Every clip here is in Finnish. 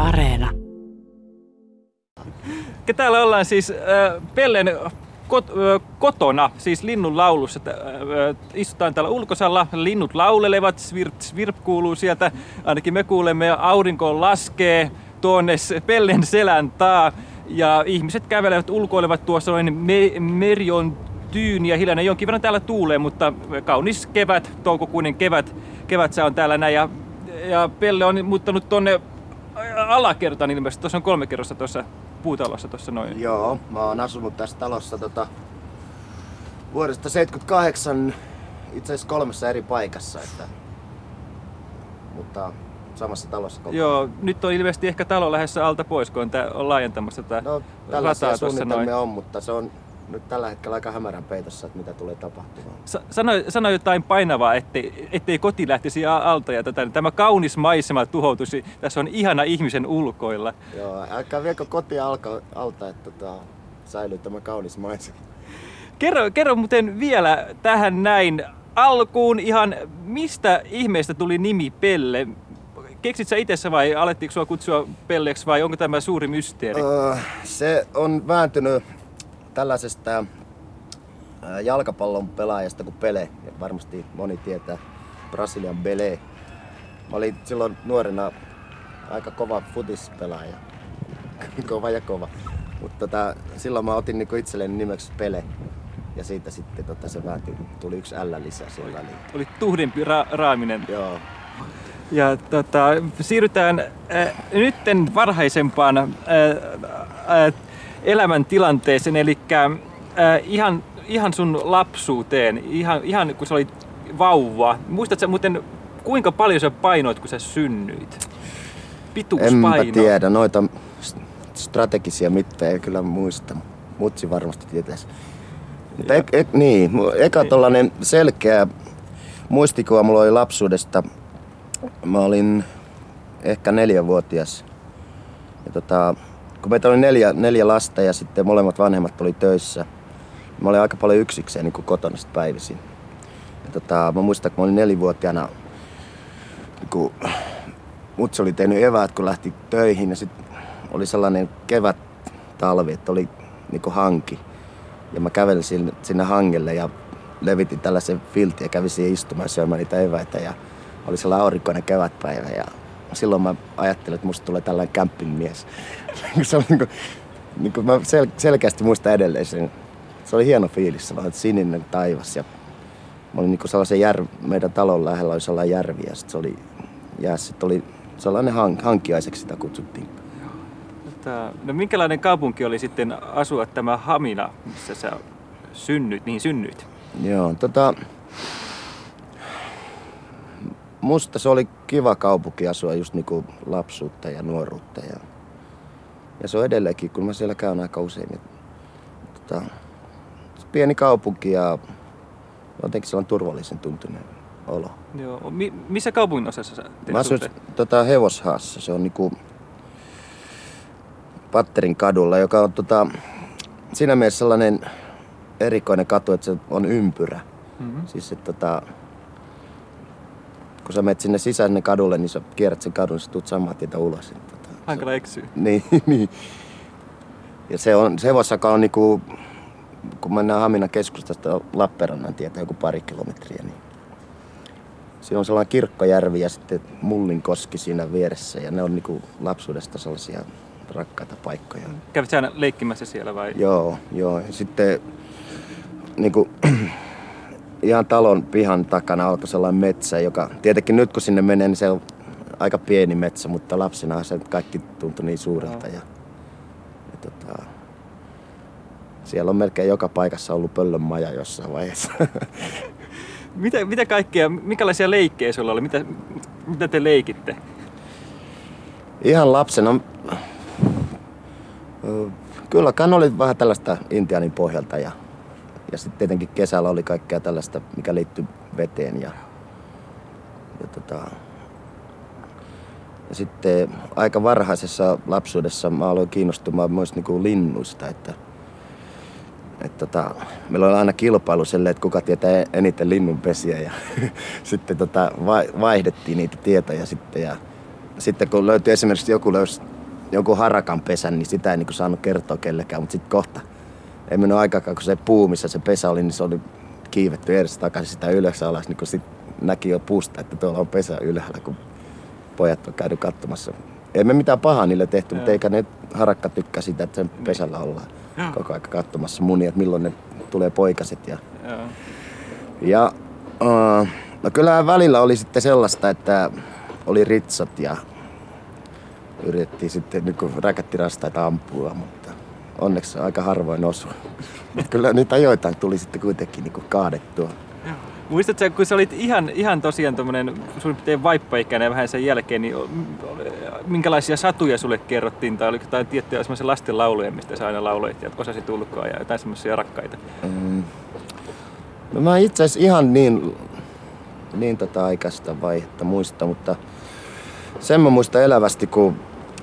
Areena. Täällä ollaan siis Pellen kotona, siis linnun laulussa. Istutaan täällä ulkosalla, linnut laulelevat, svirp kuuluu sieltä, ainakin me kuulemme, ja aurinko laskee tuonne Pellen selän taa. Ja ihmiset kävelevät, ulkoilevat tuossa, meri on tyyni ja hiljainen. Jonkin verran täällä tuulee, mutta kaunis kevät, toukokuinen kevätsää on täällä näin. Ja Pelle on muuttanut tuonne alakertaan ilmeisesti. Tuossa on 3 kerrosta tuossa puutalossa tuossa noin. Joo, mä oon asunut tässä talossa vuodesta 1978 itse asiassa 3 eri paikassa, mutta samassa talossa koko. Joo, nyt on ilmeisesti ehkä talo lähdössä alta pois, kun on laajentamassa tätä rataa tuossa noin. On, mutta se on nyt tällä hetkellä aika hämärän peitossa, että mitä tulee tapahtumaan. Sano jotain painavaa, ettei koti lähtisi alta ja tämä kaunis maisema tuhoutuisi. Tässä on ihana ihmisen ulkoilla. Joo, älkää viekö kotia alta, että säilyy tämä kaunis maisema. Kerro muuten vielä tähän näin alkuun ihan, mistä ihmeestä tuli nimi Pelle? Keksit sä itse vai alettiinko sua kutsua Pelleksi vai onko tämä suuri mysteeri? Se on vääntynyt tällaisesta jalkapallon pelaajasta kuin Pelé, ja varmasti moni tietää Brasilian Pelé. Mä olin silloin nuorena aika kova futispelaaja, kova, mutta silloin mä otin niinku itselleni nimeksi Pelé. Ja siitä sitten se vääntyi, tuli 1 L lisää siellä väliin. Oli tuhdempi raaminen. Joo. Ja siirrytään nytten varhaisempaan elämäntilanteeseen, eli ihan sun lapsuuteen, ihan kun sä olit vauva. Muistatko muuten, kuinka paljon sä painoit, kun sä synnyit? Pituuspaino. Enpä tiedä, noita strategisia mittaja kyllä muista. Mutsi varmasti tietäisi. Mutta eka tollanen selkeä muistikuva mulla oli lapsuudesta. Mä olin ehkä 4-vuotias. Ja kun meitä oli 4 lasta ja sitten molemmat vanhemmat oli töissä. Mä olin aika paljon yksikseen niin kuin kotona sit päivisin. Ja mä muistan, kun mä olin 4-vuotiaana, kun mutsi oli tehnyt eväät, kun lähti töihin. Ja sitten oli sellainen kevät-talvi, että oli niin kuin hanki. Ja mä kävelin sinne hangelle ja levitin tällaisen filtin ja kävin siihen istumaan syömään niitä eväitä. Ja oli sellainen aurinkoinen kevätpäivä ja silloin mä ajattelin, että musta tulee tällainen campingmies. Se oli niin kuin mä selkeästi muistan edelleen sen. Se oli hieno fiilis, sellainen sininen taivas. Ja mä olin niin kuin sellaisen meidän talon lähellä oli sellainen järvi ja sitten oli sellainen hankkiaiseksi sitä kutsuttiin. No minkälainen kaupunki oli sitten asua tämä Hamina, missä sä synnyit? Joo, musta se oli kiva kaupunki asua just niinku lapsuutta ja nuoruutta ja se on edelleenkin, kun mä siellä käyn aika usein. Pieni kaupunki ja jotenkin sellainen turvallisen tuntunen olo. Joo, missä kaupungin osassa sä teet? Mä asuin Hevoshaassa, se on niinku Patterin kadulla, joka on siinä mielessä sellainen erikoinen katu, että se on ympyrä. Mm-hmm. Siis että kun sä menet sinne sisään kadulle, niin sä kierrät sen kadun, sä tuut samaa tietä ulos. Hankala eksyä. Niin. Ja se Hevoshaka on niinku, kun mennään Haminan keskustasta Lappeenrannan tietä joku 2 kilometriä, niin siinä on sellainen kirkkojärvi ja sitten Mullinkoski siinä vieressä ja ne on niinku lapsuudesta sellaisia rakkaita paikkoja. Kävit sä aina leikkimässä siellä vai? Joo. Ja sitten niinku ihan talon pihan takana alkoi sellainen metsä, joka tietenkin nyt kun sinne menee, niin se on aika pieni metsä, mutta lapsena se kaikki tuntui niin suurelta. Ja siellä on melkein joka paikassa ollut pöllön maja jossain vaiheessa. Mitä kaikkea, minkälaisia leikkejä sulla oli? Mitä te leikitte? Ihan lapsena. Kyllä kai oli vähän tällaista intiaanin pohjalta ja sitten tietenkin kesällä oli kaikkea tällaista, mikä liittyy veteen ja sitten aika varhaisessa lapsuudessa mä aloin kiinnostumaan myös niinku linnuista, että meillä oli aina kilpailu silleen, että kuka tietää eniten linnunpesiä ja sitten vaihdettiin niitä tietoja sitten ja sitten kun löytyi esimerkiksi joku löysi jonkun harakan pesän, niin sitä ei niin kuin saanut kertoa kellekään, mutta sitten kohta ei mennyt aikaakaan, kun se puu, missä se pesä oli, niin se oli kiivetty edes takaisin sitä ylös alas, niin kun sit näki jo puusta, että tuolla on pesä ylhäällä, kun pojat on käynyt katsomassa. Ei me mitään pahaa niille tehty, mutta eikä ne harakka tykkää sitä, että sen pesällä ollaan koko ajan katsomassa munia, että milloin ne tulee poikaset. No kyllä välillä oli sitten sellaista, että oli ritsat ja yritettiin sitten niin räkättirastaita ampua, mutta onneksi aika harvoin osui. Kyllä niitä joitain tuli sitten kuitenkin niin kaadettua. Muistatko, kun sä olit ihan tosiaan tommonen suurin piirtein vaippaikäinen vähän sen jälkeen, niin minkälaisia satuja sulle kerrottiin? Tai oliko jotain tiettyjä semmoisia lasten lauluja, mistä sä aina lauloit ja osasit ulkoa ja jotain semmoisia rakkaita? No mä itse asiassa ihan niin aikaista vaihetta muista, mutta sen mä muistan elävästi, kun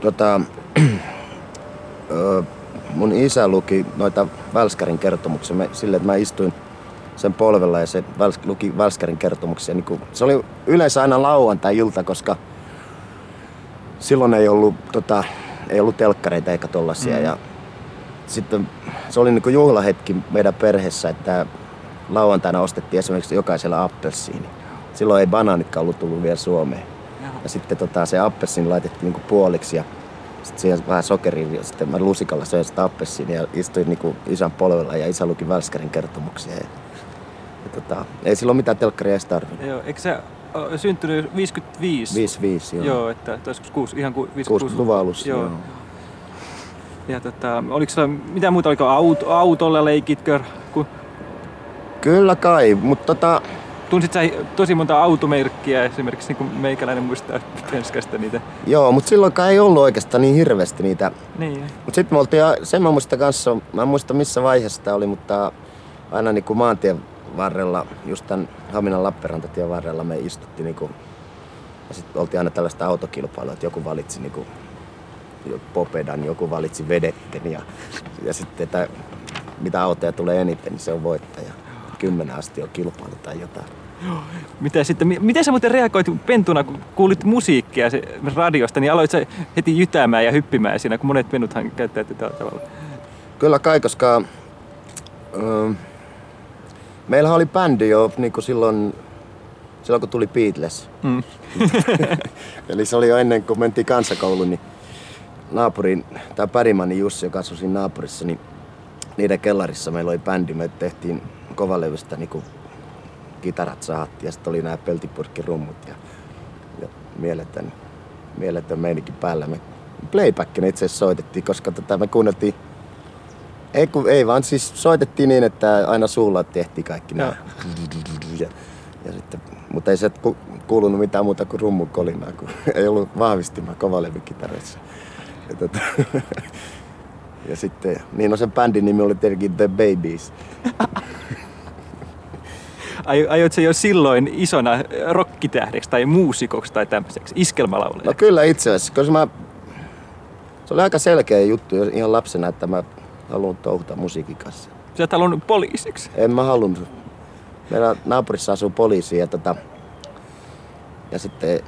mun isä luki noita Välskärin kertomuksia silleen, että mä istuin sen polvella ja se luki Välskärin kertomuksia. Niin se oli yleensä aina lauantai-ilta, koska silloin ei ollut telkkareita eikä tollasia. Ja sitten se oli niin juhlahetki meidän perheessä, että lauantaina ostettiin esimerkiksi jokaiselle appelsiini. Silloin ei banaanitkaan ollut tullut vielä Suomeen. Ja sitten se appelsiini laitettiin niin puoliksi ja sitten siihen vähän sokeria ja sitten mä lusikalla söin sitä appelsiinia ja istuin niin isän polvella ja isä luki Välskärin kertomuksia. Ei silloin mitään telkkaria edes tarvinnut. Joo, eikö sä syntynyt 55? 55, joo. Joo, että joskus ihan 56. 60-luvun alussa, joo. Ja oliko sulla mitään muuta, oliko autolla leikitkö? Kyllä kai, mutta tunsit sä tosi monta automerkkiä, esimerkiksi niin kuin meikäläinen muistaa Penskasta niitä? Joo, mutta silloinkaan ei ollut oikeastaan niin hirveästi niitä. Niin. Mutta sitten me oltiin, sen mä muistan kanssa, mä en muista missä vaiheessa tämä oli, mutta aina niin kuin maantien varrella, just tämän Haminan Lappeenrantatien varrella me istuttiin niinku, ja sitten oltiin aina tällaista autokilpailua, että joku valitsi niinku Popedan, joku valitsi Vedetten ja sitten, että mitä autoja tulee eniten, niin se on voittaja. 10 asti on kilpailu tai jotain. Miten sä muuten reagoit pentuna, kun kuulit musiikkia radiosta, niin aloit sä heti jytäämään ja hyppimään siinä, kun monet pennuthan käyttävät tällä tavalla? Kyllä kai, koska meillähän oli bändi jo niin kuin silloin kun tuli Beatles. Eli se oli jo ennen kuin mentiin kansakouluun, niin naapurin, tai Pärimanni Jussi, joka asui siinä naapurissa, niin niiden kellarissa meillä oli bändi. Me tehtiin kovalevystä niin kuin kitarat sahattiin ja sitten oli nämä peltipurkkirummut ja mieletön meininki päällä. Me playbackina itse asiassa soitettiin, koska me kuunneltiin. Ei vaan siis soitettiin niin, että aina suulla tehtiin kaikki nämä. Ja sitten, mutta ei se kuulunut mitään muuta kuin rummun kolinaa, kun ei ollut vahvistimaa kovalevykitareissa. Ja sitten, niin sen bändin nimi oli tietenkin The Babies. Ajoit se jo silloin isona rockitähdeksi tai muusikoksi tai tämmöiseksi iskelmälaulajaksi? No kyllä itse asiassa, koska se oli aika selkeä juttu jo ihan lapsena, että mä haluan touhuta musiikin kanssa. Sä et halunnut poliisiksi? En mä halunnut. Meillä naapurissa asuu poliisi ja sitten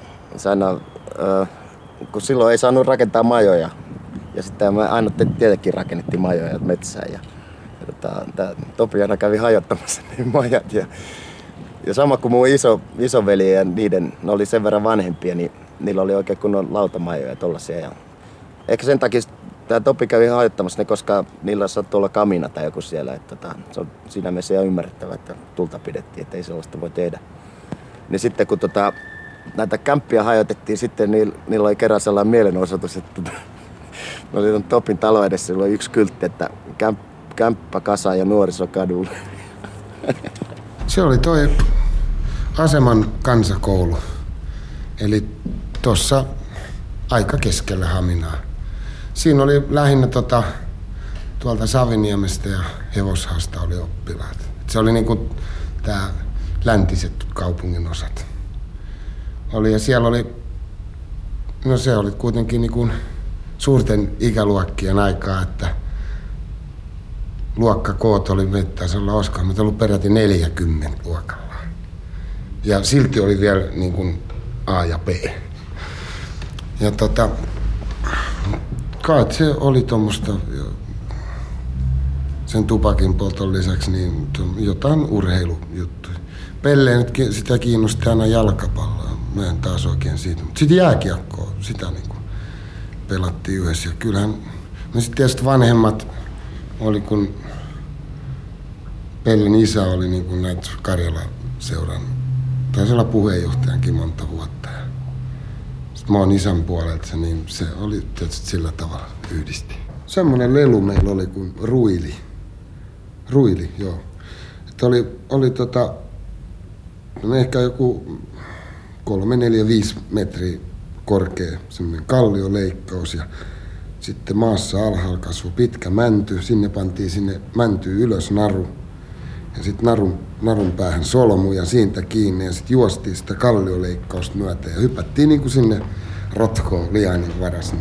kun silloin ei saanut rakentaa majoja. Ja sitten me aina tietenkin rakennettiin majoja metsään. Ja Topi aina kävi hajottamassa ne majat. Ja sama kuin mun isoveli ja ne oli sen verran vanhempia, niin niillä oli oikein kunnon lautamajoja ja tollasia. Ja ehkä sen takia tämä Topi kävi hajottamassa ne, koska niillä saattoi olla kamina tai joku siellä. Se on siinä mielessä ihan ymmärrettävää, että tulta pidettiin, että ei sellaista voi tehdä. Niin sitten kun näitä kämppiä hajotettiin, sitten niillä oli kerran sellainen mielenosoitus, että ne oli ton Topin talo edessä, sillä oli yksi kyltti, että kämppä kasa ja nuorisokadulla. Se oli toi aseman kansakoulu. Eli tuossa aika keskellä Haminaa. Siinä oli lähinnä tuolta Saviniemestä ja Hevoshaasta oli oppilaat. Se oli niinku tää läntiset kaupungin osat. Ja siellä oli, no se oli kuitenkin niinku suurten ikäluokkien aikaa, että luokkakoot oli mettäisellä Oskar, mutta ollut peräti 40 luokalla. Ja silti oli vielä niin kuin A ja B. Ja Kai se oli tuommoista sen tupakin polton lisäksi niin jotain urheilujuttuja. Pelle nyt sitä kiinnosti aina jalkapalloa. Mä en taas oikein siitä. Mutta sitten jääkiekkoa, sitä niinku pelattiin yhdessä. Ja kyllähän no sitten tietysti vanhemmat oli, kun Pellen isä oli niinku näitä Karjala-seuran taisi puheenjohtajankin monta vuotta. Sitten mä oon isän puolelta, niin se oli tietysti sillä tavalla yhdisti. Semmoinen lelu meillä oli kuin ruili. Ruili, joo. Että oli ehkä joku 3, 4, 5 metriä korkea semmoinen kallioleikkaus ja sitten maassa alhaalla kasvoi pitkä mänty. Sinne pantiin sinne mäntyyn ylös naru ja sitten narun päähän solmu ja siitä kiinni ja sitten juostiin sitä kallioleikkausta myöten ja hypättiin niin kuin sinne rotkoon liainin varas.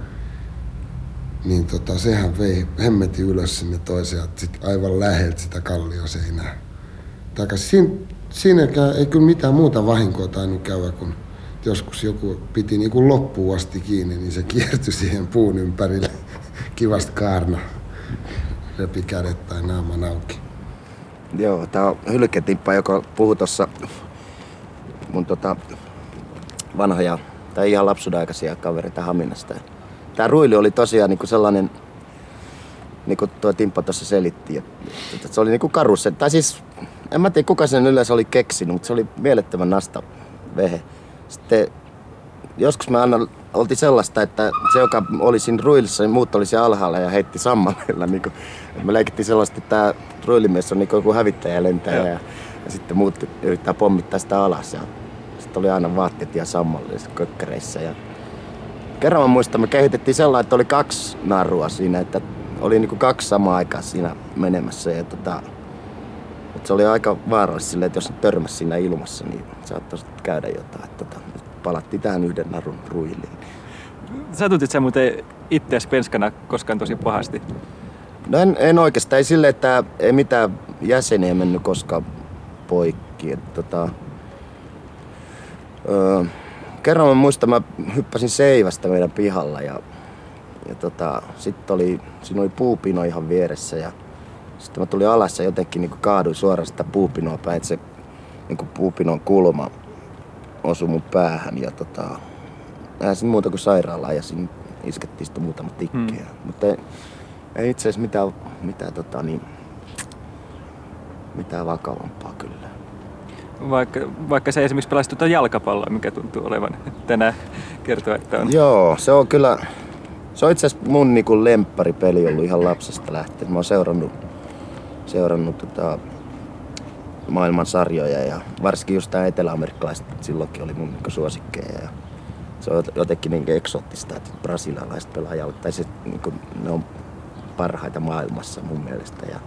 Niin sehän vei hemmetin ylös sinne toiseen, sitten aivan läheltä sitä kallioseinää. Siinäkään ei kyllä mitään muuta vahinkoa tainnut käydä, kun joskus joku piti niin kuin loppuun asti kiinni, niin se kiertyi siihen puun ympärille kivasti kaarna. Repi kädet tai naaman auki. Joo, tää on Hylketimppa, joka puhui tuossa mun vanhoja, tai ihan lapsuudenaikaisia kavereita Haminasta. Tää ruili oli tosiaan niinku sellainen, niinku tuo Timppa tuossa selitti, että se oli niinku karusse. Tai siis, en mä tiedä kuka sen yleensä oli keksinyt, mutta se oli mielettömän nasta vehe. Sitten joskus me aina oltiin sellaista, että se joka oli siinä ruilissa, niin muut oli siellä alhaalla ja heitti sammaleilla. Niinku, me leikittiin sellaista, että tää ruilimies on niinku joku hävittäjä lentäjä ja sitten muut yrittää pommittaa sitä alas. Ja sitten oli aina vaatteet ja sammallisissa kökkäreissä. Ja kerran mä muistan, me kehitettiin sellainen, että oli 2 narua siinä, että oli niinku 2 samaan aikaan siinä menemässä. Ja se oli aika vaarallista silleen, että jos törmäsi siinä ilmassa, niin saattaisi käydä jotain. Palattiin tähän yhden narun ruiliin. Satutit sä muuten itseäs penskana koskaan tosi pahasti? No en oikeastaan. Ei silleen, että ei mitään jäseniä mennyt koskaan poikki. Kerran mä muistan, mä hyppäsin seivästä meidän pihalla ja sitten siinä oli puupino ihan vieressä ja sitten mä tulin alas ja jotenkin niin kaaduin suoraan sitä puupinoa päin, että se niin puupinon kulma osui mun päähän ja eihän siinä muuta kuin sairaalaan ja siinä iskettiin sitten muutama tikkiä. Mutta ei itse asiassa mitään vakavampaa kyllä. Vaikka se esimerkiksi pelasi jalkapalloa, mikä tuntuu olevan tänään kertoa, että on. Joo, se on kyllä, se on itse asiassa mun niinku lempparipeli ollut ihan lapsesta lähtien. Mä oon seurannut maailman sarjoja ja varsinkin just tää eteläamerikkalaiset silloinkin oli mun niinku suosikkeja. Ja se on jotenkin niinku eksoottista, että brasilialaiset pelaa jalkapalloa. Tai se, niinku, ne on parhaita maailmassa mun mielestä. Ja,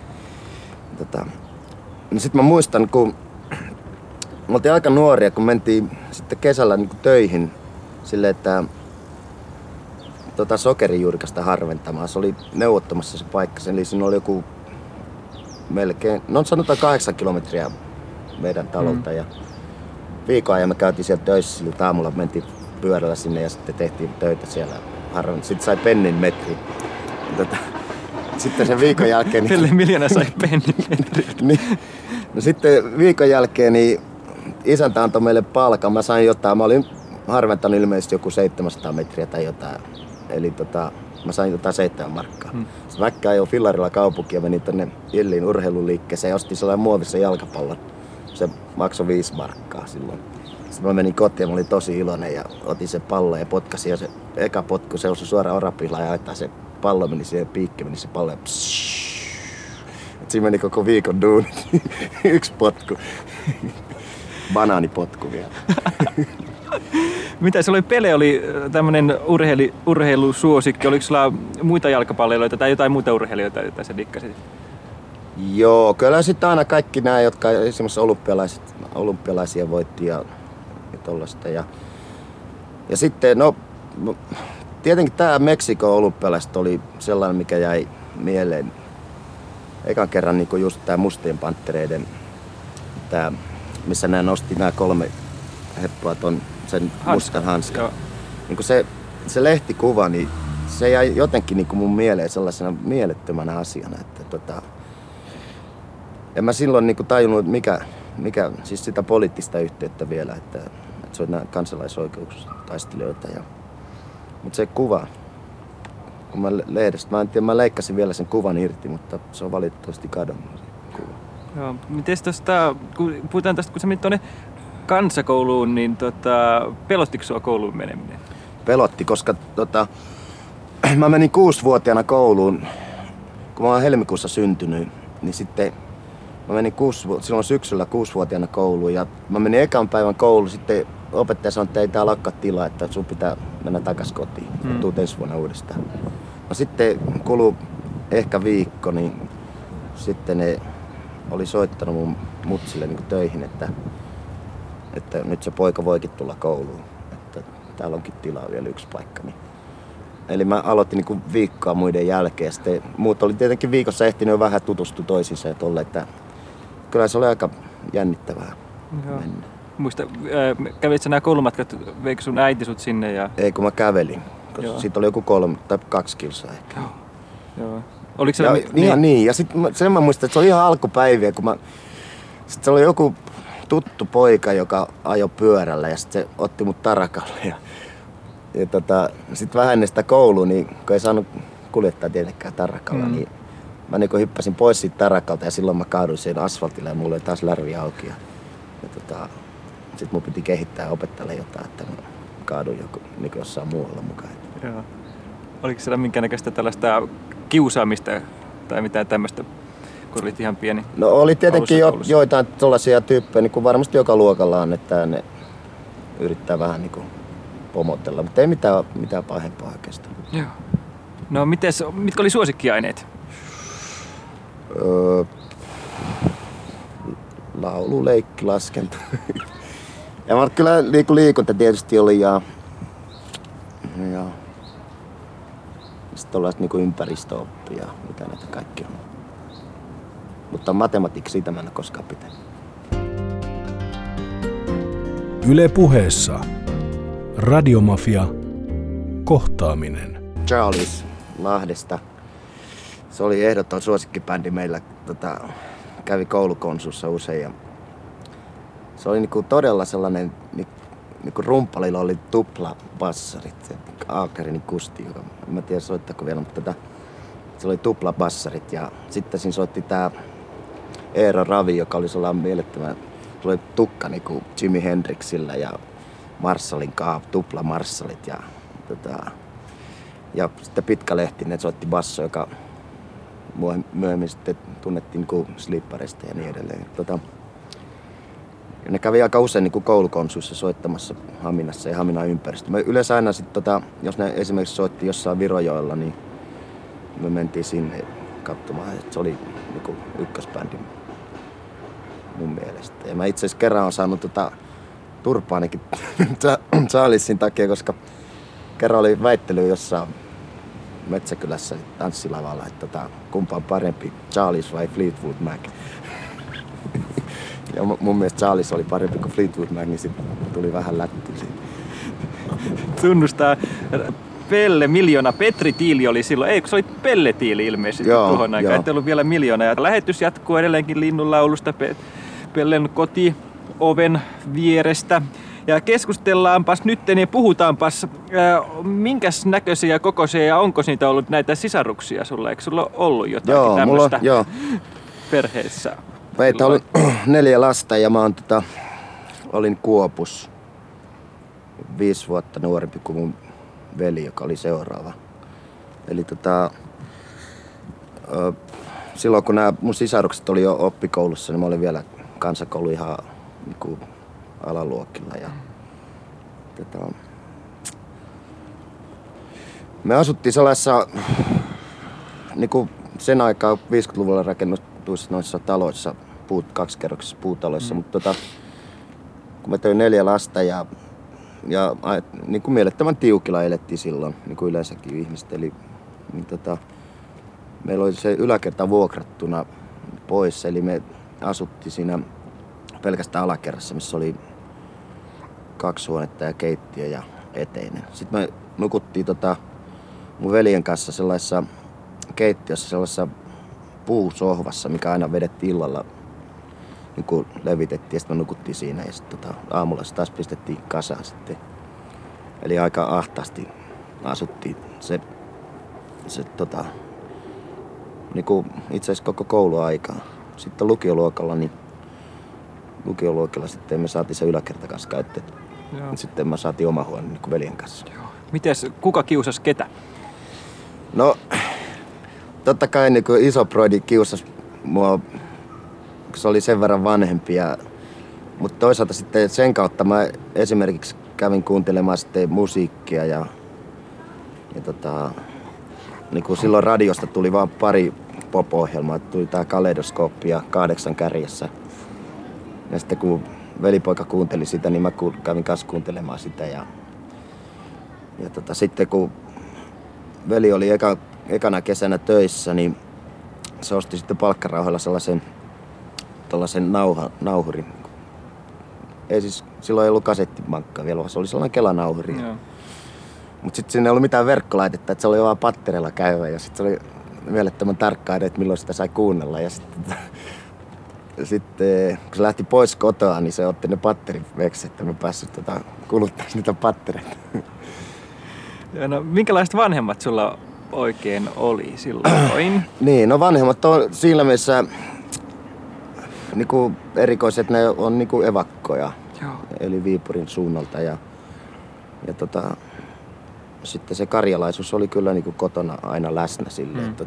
niin sit mä muistan, kun me oltiin aika nuoria, kun mentiin sitten kesällä niinku töihin silleen, että sokerijuurikasta harventamaan. Se oli neuvottomassa se paikka, eli siinä oli joku melkein, no sanotaan 8 kilometriä meidän talolta ja viikon ajan me käytiin siellä töissä, sillä aamulla mentiin pyörällä sinne ja sitten tehtiin töitä siellä harventamaan. Sitten sai pennin metri. Sitten sen viikon jälkeen... Pelle Miljoona sai pennin metri. Niin, no sitten viikon jälkeen niin isäntä antoi meille palkan. Mä sain jotain, mä olin harventanut ilmeisesti joku 700 metriä tai jotain. Eli mä sain jotain 7 markkaa. Sitten väkkä ajoi fillarilla kaupunkiin ja meni tonne Illiin urheiluliikkeeseen ja osti sellainen muovisen jalkapallon. Se maksoi 5 markkaa silloin. Sitten mä menin kotiin ja mä olin tosi iloinen ja otin sen pallon ja potkasin. Ja se eka potku, se osui suoraan orapilaan ja aittaa se pallo meni siihen piikki, meni se pallo ja siinä meni koko viikon duunit. 1 potku. Banaanipotku vielä. Mitä se oli? Pele oli tämmönen urheilusuosikki. Oliko sulla muita jalkapalloilijoita tai jotain muita urheilijoita, joita sä dikkasit? Joo, kyllä sitten aina kaikki nämä, jotka esimerkiksi olympialaisia voitti ja tollaista. Ja sitten, no tietenkin tämä Meksikon olympialaiset oli sellainen, mikä jäi mieleen. Ekan kerran niin just tämä Mustien Panttereiden, missä nämä nosti nämä 3 heppoa ton sen mustan hanskan. Niin se lehtikuva, niin se jäi jotenkin niin kuin mun mieleen sellaisena mielettömänä asiana, että en mä silloin niin kuin tajunnut, mikä siis sitä poliittista yhteyttä vielä, että se on nämä kansalaisoikeustaistelijoita. Mutta se kuva, kun mä lehdestä, mä leikkasin vielä sen kuvan irti, mutta se on valitettavasti kadonnut se kuva. Joo, mites kun puhutaan tästä, kun sä menit tuonne kansakouluun, niin pelottiko sua kouluun meneminen? Pelotti, koska mä menin 6-vuotiaana kouluun, kun mä oon helmikuussa syntynyt, niin sitten mä menin silloin syksyllä 6-vuotiaana kouluun ja mä menin ekan päivän kouluun, sitten opettaja sanoi, että ei täällä olekaan tilaa, että sun pitää mennä takas kotiin, tuut ensi vuonna uudestaan. No sitten kului ehkä viikko, niin sitten ne oli soittanut mun mutsille niin kuin töihin, että nyt se poika voikin tulla kouluun, että täällä onkin tilaa vielä yksi paikka. Niin. Eli mä aloitin niin kuin viikkoa muiden jälkeen. Sitten muut oli tietenkin viikossa ehtinyt jo vähän tutustua toisiinsa ja tolle, että kyllä se oli aika jännittävää mennä. Muista, kävit sä nämä koulumatkat, veikö sun äiti sut sinne? Ja... Ei, kun mä kävelin. Siitä oli joku 3 tai 2 kilsaa ehkä. Joo. Oliko se ihan niin. Ja sitten sen mä muistan, että se oli ihan alkupäiviä, kun sitten se oli joku tuttu poika, joka ajoi pyörällä ja sitten se otti mut tarakalle. Ja sitten vähän ennen sitä koulua, niin kun ei saanut kuljettaa tietenkään tarakalla, niin mä niin hyppäsin pois siitä tarakalta ja silloin mä kaaduin siihen asfaltille ja mulla oli taas lärvi auki. Sitten mun piti kehittää opettajalle jotain, että mä kaaduin niin jossain muualla mukaan. Joo. Oliko siellä minkäännäköistä tällaista kiusaamista tai mitään tämmöistä, kun olit ihan pieni? No oli tietenkin joitain tollaisia tyyppejä, niin kuin varmasti joka luokalla on, että ne yrittää vähän niin kuin pomotella, mutta ei mitään pahempaa oikeastaan. Joo. No mitkä oli suosikkiaineet? Laulu, leikki, laskenta. Ja kyllä liikunta tietysti oli ja sitten tollaista niin ympäristöoppia ja mitä näitä kaikki on. Mutta matematiikka siitä mä en ole koskaan pitänyt. Yle Puheessa. Radiomafia. Kohtaaminen. Charlies Lahdesta. Se oli ehdoton suosikkibändi meillä. Kävi koulukonsussa usein. Ja se oli niinku todella sellainen, niinku rumppalilla oli tupla bassarit. Aakerini Kusti, joka en mä tiedä soittaako vielä, mutta se oli tupla bassarit. Ja sitten siinä soitti tää Eero Ravi, joka oli sellainen mielettömän. Se oli tukka niinku Jimi Hendrixillä ja Marshallin tupla Marshallit ja sitten Pitkä Lehtinen soitti basso, joka myöhemmin sitten tunnettiin niinku Slipperistä ja niin edelleen. Ja ne kävi aika usein niinku koulukonsuissa soittamassa Haminassa ja Haminan ympäristössä. Me yleensä aina sitten, jos ne esimerkiksi soitti jossain Virojoella, niin me mentiin sinne katsomaan. Se oli niinku ykkösbändi mun mielestä. Ja mä itse asiassa kerran on saanut turpaa ainakin Charliesin takia, koska kerran oli väittely jossain Metsäkylässä tanssilavalla, että kumpa on parempi, Charlies vai Fleetwood Mac. Ja mun mielestä Charlies oli parempi kuin Fleetwood Mac, niin sitten tuli vähän lätty siitä. Tunnustaa Pelle Miljoona. Petri Tiili oli silloin, ei kun se oli Pelle Tiili ilmeisesti tuohon aikaan, ettei ollut vielä Miljoona. Ja lähetys jatkuu edelleenkin Linnunlaulusta Pellen kotioven vierestä. Ja keskustellaanpas nyt ja puhutaanpas, minkäs näköisiä kokoisia ja onko niitä ollut näitä sisaruksia sulla? Eikö sulla ollut jotakin tämmöistä perheessä? Meitä oli 4 lasta ja mä olin Kuopus 5 vuotta nuorempi kuin mun veli, joka oli seuraava. Eli silloin kun nämä mun sisarukset oli jo oppikoulussa, niin mä olin vielä kansakoulu ihan niin alaluokilla. Ja, me asuttiin sellaisessa niin sen aikaa 50-luvulla rakennetuissa noissa taloissa, 2-kerroksissa puutaloissa, mutta kun me tein 4 lasta ja niin kuin mielettömän tiukilla elettiin silloin, niin kuin yleensäkin ihmiset. Eli niin meillä oli se yläkerta vuokrattuna pois, eli me asuttiin siinä pelkästään alakerrassa, missä oli 2 huonetta ja keittiö ja eteinen. Sitten me nukuttiin mun veljen kanssa sellaisessa keittiössä, sellaisessa puusohvassa, mikä aina vedettiin illalla, niin kuin levitettiin ja sitten me nukuttiin siinä ja sitten aamulla se taas pistettiin kasaan sitten. Eli aika ahtaasti asuttiin se niin kuin itse asiassa koko kouluaikaa. Sitten lukioluokalla sitten me saatiin se yläkerta kanssa käyttöön. Sitten me saatiin oma huone niin kuin veljen kanssa. Joo. Mites, kuka kiusasi ketä? No, totta kai niin kuin iso broidi kiusasi mua, kun se oli sen verran vanhempi. Mutta toisaalta sitten sen kautta mä esimerkiksi kävin kuuntelemaan sitten musiikkia ja niin kuin silloin radiosta tuli vaan pari pop-ohjelmaa. Tuli tää Kaleidoskooppi ja 8 kärjessä. Ja sitten kun velipoika kuunteli sitä, niin mä kävin kanssa kuuntelemaan sitä. Ja sitten kun veli oli ekana kesänä töissä, niin se osti sitten palkkarauhalla sellaisen nauhurin. Ei siis, silloin ei ollut kasettimankkaa vielä, vaan se oli sellainen kelanauhuri. Mutta sitten siinä ei ollut mitään verkkolaitetta, että se oli vaan pattereilla käyvä. Ja sitten se oli mielettömän tarkkaa, että milloin sitä sai kuunnella. Ja sitten kun se lähti pois kotoa, niin se otti ne patterit veksi, että mä päässyt kuluttaa niitä pattereita. No, minkälaiset vanhemmat sulla oikein oli silloin? Niin, no vanhemmat on siinä mielessä niinku erikoiset, ne on niinku evakkoja. Joo. Eli Viipurin suunnalta ja sitten se karjalaisuus oli kyllä niinku kotona aina läsnä silleen.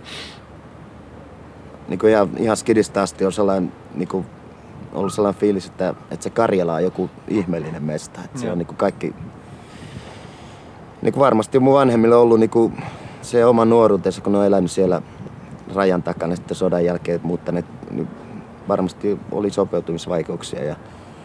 Niinku ihan skidistä asti on sellainen, niinku, ollut sellainen fiilis, että se Karjala on joku ihmeellinen mesta. Että se on niinku kaikki. Niinku varmasti mun vanhemmille on ollut niinku se oma nuoruutensa, kun ne on elänyt siellä rajan takana sitten sodan jälkeen muuttaneet. Niin varmasti oli sopeutumisvaikeuksia ja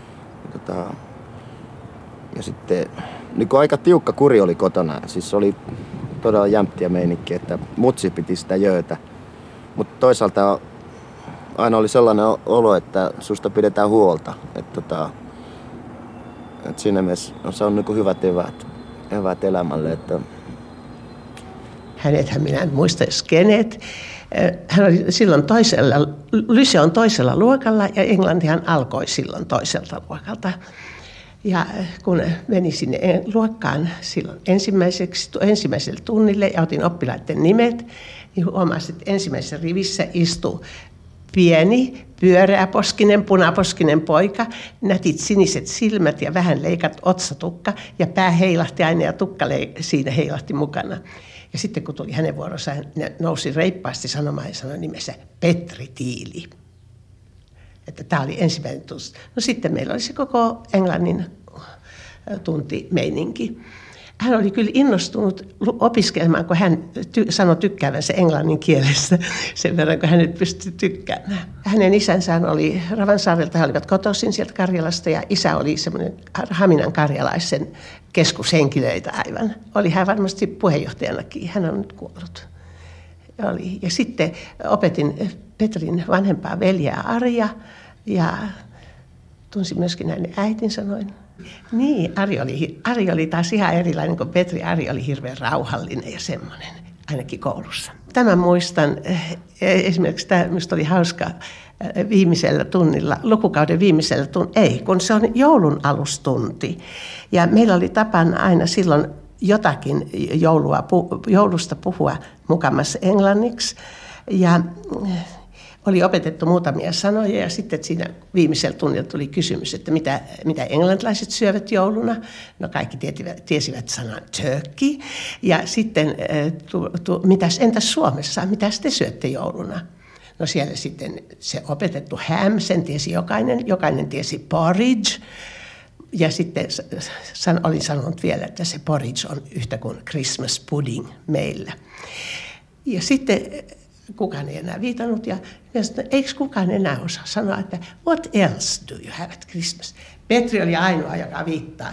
sitten niinku aika tiukka kuri oli kotona. Siis oli todella jämptiä meininki, että mutsi piti sitä jöötä. Mutta toisaalta aina oli sellainen olo, että susta pidetään huolta. Että siinä mielessä se on niinku hyvät eväät elämälle. Että hänethän minä en muista edes kenet. Hän oli silloin Lyseon toisella luokalla ja englantihan alkoi silloin toiselta luokalta. Ja kun menin sinne luokkaan silloin ensimmäiselle tunnille ja otin oppilaiden nimet, niin huomasin, että ensimmäisessä rivissä istui pieni, pyöreäposkinen, punaposkinen poika, nätit siniset silmät ja vähän leikat otsatukka ja pää heilahti aina ja tukka siinä heilahti mukana. Ja sitten kun tuli hänen vuoronsa, hän nousi reippaasti sanomaan ja sanoi nimessä Petri Tiili. Että tämä oli ensimmäinen tunti. No sitten meillä oli se koko englannin tuntimeininki. Hän oli kyllä innostunut opiskelemaan, kun hän sanoi tykkäävänsä englannin kielessä sen verran, kun hän nyt pystyi tykkäämään. Hänen isänsä oli Ravansaarelta, he olivat kotoisin sieltä Karjalasta ja isä oli semmoinen Haminan karjalaisen keskushenkilöitä aivan. Oli hän varmasti puheenjohtajanakin, hän on nyt kuollut. Ja sitten opetin Petrin vanhempaa veljeä Arja ja tunsin myöskin hänen äitinsä noin. Niin, Ari oli taas ihan erilainen kuin Petri. Ari oli hirveän rauhallinen ja semmoinen, ainakin koulussa. Tämän muistan, esimerkiksi tämä minusta oli hauska viimeisellä tunnilla, lukukauden viimeisellä tunnilla, kun se on joulun alustunti. Ja meillä oli tapana aina silloin jotakin joulusta puhua mukamassa englanniksi. Ja oli opetettu muutamia sanoja ja sitten siinä viimeisellä tunnilla tuli kysymys, että mitä englantilaiset syövät jouluna. No kaikki tiesivät sanan turkey. Ja sitten entäs Suomessa, mitäs te syötte jouluna? No siellä sitten se opetettu ham, sen tiesi jokainen tiesi porridge. Ja sitten olin sanonut vielä, että se porridge on yhtä kuin Christmas pudding meillä. Ja sitten kukaan ei enää viitannut ja eikö kukaan enää osaa sanoa, että what else do you have at Christmas? Petri oli ainoa, joka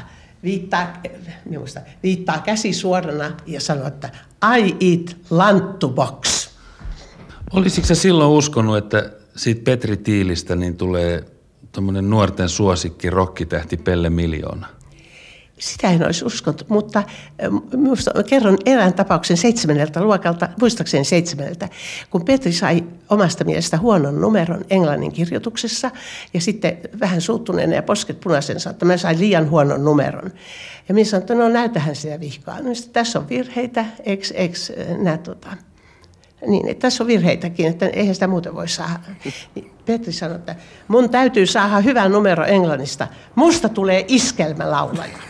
viittaa käsi suorana ja sanoo, että I eat lanttubox. Olisitko sä silloin uskonut, että siitä Petri Tiilistä niin tulee tommonen nuorten suosikki rokkitähti Pelle Miljoona? Sitä en olisi uskonut, mutta kerron erään tapauksen 7. luokalta, muistaakseni 7. kun Petri sai omasta mielestä huonon numeron englannin kirjoituksessa ja sitten vähän suuttuneena ja posket punaisen sanoi, että mä sain liian huonon numeron. Ja minä sanoin, että no näytähän sitä vihkaa. No, tässä on virheitä, niin, että tässä on virheitäkin, että eihän sitä muuten voi saada. Niin Petri sanoi, että mun täytyy saada hyvä numero englannista. Musta tulee iskelmälaulaja.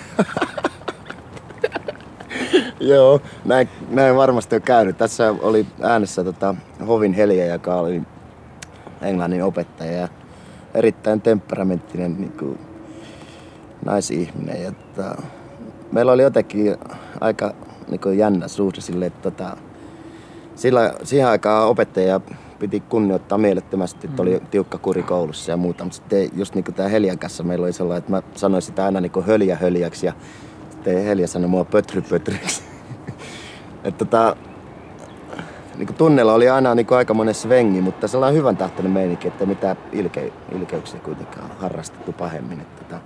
Joo, näin varmasti on käynyt. Tässä oli äänessä Hovin Helja, joka oli englannin opettaja ja erittäin temperamenttinen niin naisihminen. Ja, meillä oli jotenkin aika niin jännä suhde sille, että siihen aikaan opettaja piti kunnioittaa mielettömästi, että oli tiukka kuri koulussa ja muuta. Mutta sitten just niin kuin tämä Heljan kanssa meillä oli sellainen, että mä sanoin sitä aina niin kuin höljäksi ja sitten Helja sanoi mua pötryksi. Että niin tunnella oli aina niin aikamoinen svengi, mutta sellainen hyvän tahtoinen meininki, että mitään ilkeyksiä kuitenkaan harrastettu pahemmin.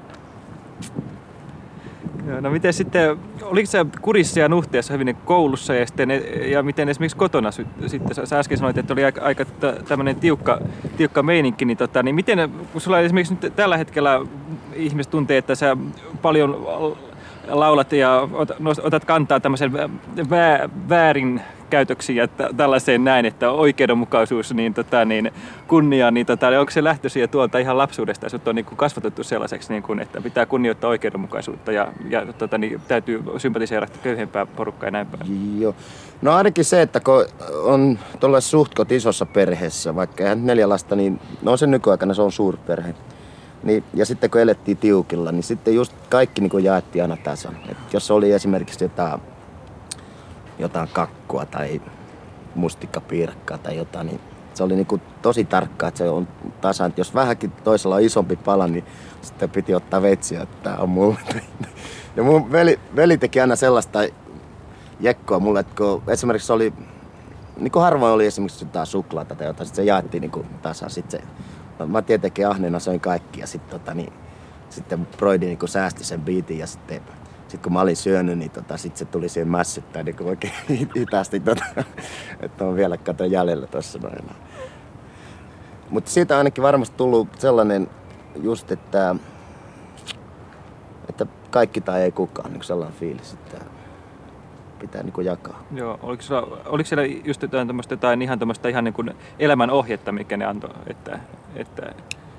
No miten sitten, oliko se kurissa ja nuhteessa hyvin koulussa ja miten esimerkiksi kotona sitten, sä äsken sanoit, että oli aika tämmöinen tiukka meininki, niin miten, kun sulla esimerkiksi nyt tällä hetkellä ihmiset tuntee, että sä paljon laulat ja otat kantaa tämmöisen väärin käytöksiin ja tällaiseen näin, että oikeudenmukaisuus, niin kunnia, niin onko se lähtöisiä tuolta ihan lapsuudesta ja sut on niin kasvatettu sellaiseksi, niin kuin, että pitää kunnioittaa oikeudenmukaisuutta ja niin täytyy sympatiseerata köyhempää porukkaa ja näin päin? Joo. No ainakin se, että kun on tuollaisessa suhtkot isossa perheessä, vaikka eihän 4 lasta, niin no se nykyaikana se on suurperhe. Niin, ja sitten kun elettiin tiukilla, niin sitten just kaikki niin kuin jaettiin aina tasan. Et jos oli esimerkiksi jotain kakkua tai mustikkapiirakkaa tai jotain, niin se oli niin kuin tosi tarkkaa, että se on tasan. Et jos vähänkin toisella on isompi pala, niin sitten piti ottaa vetsiä, että tämä on mulle. Ja mun veli teki aina sellaista jekkoa mulle, että kun esimerkiksi oli, niin kuin harvoin oli esimerkiksi jotain suklaata tai jotain, sitten se jaettiin niin kuin tasan. Mä tietenkin ahneena söin kaikki ja sitten Broidi niin säästi sen biitin ja sitten kun mä olin syönyt, niin sitten se tuli siihen mässyttää niin oikein hitaasti, että on vielä kato jäljellä tuossa noin. Mutta siitä on ainakin varmasti tullut sellainen just, että kaikki tai ei kukaan, niin sellainen fiilis, että pitää niin jakaa. Joo, oliko siellä just jotain ihan niin kuin elämän ohjetta, mikä ne antoi, että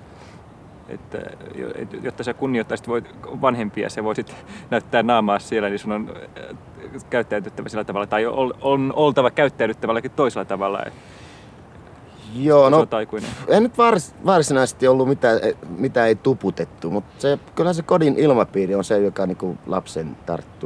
jotta sä kunnioittaisit vanhempia, sä voisit näyttää naamaa siellä, niin sun on käyttäydyttävä sillä tavalla, tai on oltava käyttäydyttävälläkin toisella tavalla. Joo, no ei nyt varsinaisesti ollut mitä ei tuputettu, mutta kyllähän se kodin ilmapiiri on se, joka niin lapsen tarttuu.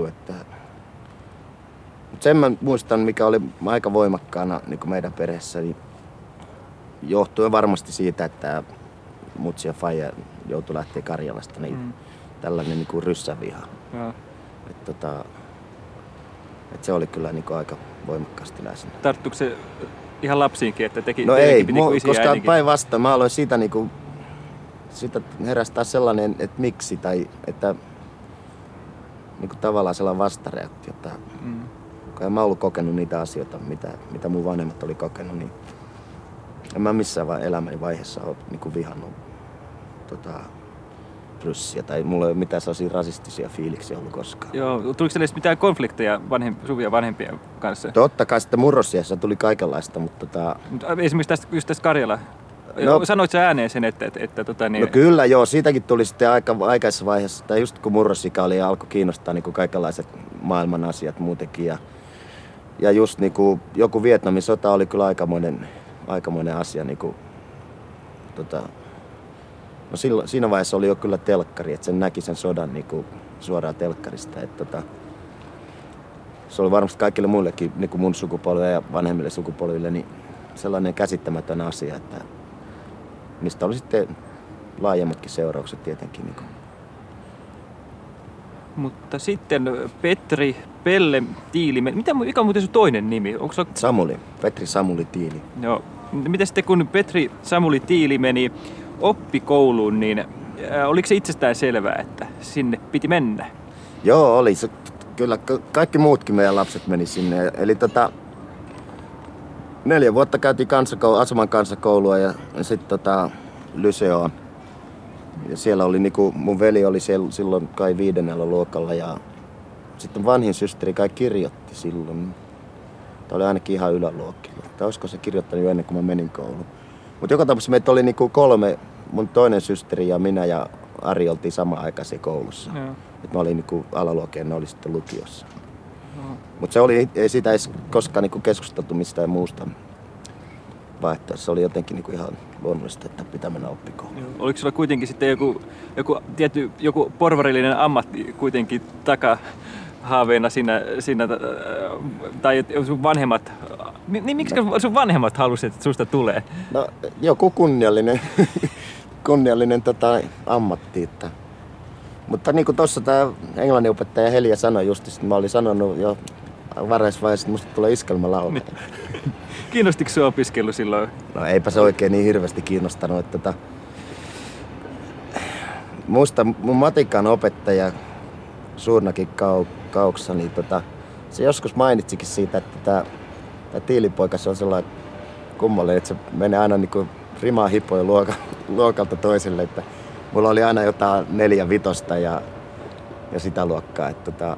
Mutta sen mä muistan, mikä oli aika voimakkaana niin meidän perheessä, niin johtuen varmasti siitä, että mutsi ja faija joutui lähteä Karjalasta, niin tällainen niin ryssäviha. Että se oli kyllä niin aika voimakkaasti läsnä. Tarttuiko se ihan lapsiinkin, että no ei, koska päinvastoin mä aloin siitä, niin siitä herästää sellainen, että miksi, tai että niin tavallaan sellainen vastareaktio. Kun en mä ollut kokenut niitä asioita, mitä mun vanhemmat oli kokenut, niin en mä missään elämäni vaiheessa ole niin vihannut ryssiä tai mulla ei ole mitään sellaisia rasistisia fiiliksiä ollut koskaan. Joo, tuliko siellä mitään konflikteja suvia vanhempien kanssa? Totta kai sitten murrosiassa tuli kaikenlaista, mutta esimerkiksi tästä Karjala. No, sanoit sä ääneen sen, että niin... No kyllä joo, siitäkin tuli sitten aikaisessa vaiheessa, tai just kun murrosika oli ja alkoi kiinnostaa niin kaikenlaiset maailman asiat muutenkin. Ja just niin kuin joku Vietnamin sota oli kyllä aikamoinen asia. Niin kuin, no siinä vaiheessa oli jo kyllä telkkari, että sen näki sen sodan niin kuin suoraan telkkarista. Että se oli varmasti kaikille muillekin, niin kuin mun sukupolville ja vanhemmille sukupolville, niin sellainen käsittämätön asia, että mistä oli sitten laajemmatkin seuraukset tietenkin. Niin kuin. Mutta sitten Petri Pelle Tiilimäki. Mikä on muuten sun toinen nimi? Onko se... Samuli. Petri Samuli Tiili. Joo. Miten sitten kun Petri Samuli Tiili meni oppikouluun, niin oliko se itsestään selvää, että sinne piti mennä? Joo, oli. Kyllä kaikki muutkin meidän lapset meni sinne. Eli 4 vuotta käytiin Asuman kansakoulua ja sitten Lyseoa. Ja siellä oli niinku, mun veli oli siellä silloin kai 5. luokalla ja sitten vanhin systeri kai kirjoitti silloin. Tämä oli ainakin ihan yläluokilla. Tai olisiko se kirjoittanut jo ennen kuin mä menin kouluun. Mutta joka tapauksessa meitä oli niinku 3, mun toinen systeri ja minä ja Ari oltiin samaan-aikaisia koulussa. Et mä olin niinku alaluokkia ja ne oli sitten lukiossa. Mutta se oli, ei siitä edes koskaan niinku keskusteltu mistään muusta vaihtoehtoista. Se oli jotenkin niinku ihan luonnollista, että pitää mennä oppikouluun. Oliko sulla kuitenkin sitten joku porvarillinen ammatti kuitenkin takahaaveena siinä tai sun vanhemmat, niin miksi sun vanhemmat halusivat, että susta tulee? No joku kunniallinen ammatti. Että. Mutta niin kuin tuossa tämä englanninopettaja Helja sanoi just, että mä olin sanonut jo varhaisvaiheessa, että musta tulee iskelmälaulaja. Kiinnostiko sinua opiskelu silloin? No eipä se oikein niin hirveästi kiinnostanut. Että muista mun matikan opettaja Suurnakin Kauksa, niin se joskus mainitsikin siitä, että tämä tiilipoika se on sellainen kummallinen, että se menee aina niin kuin rimaa hipoja luokalta toiselle. Että mulla oli aina jotain 4-5 ja sitä luokkaa.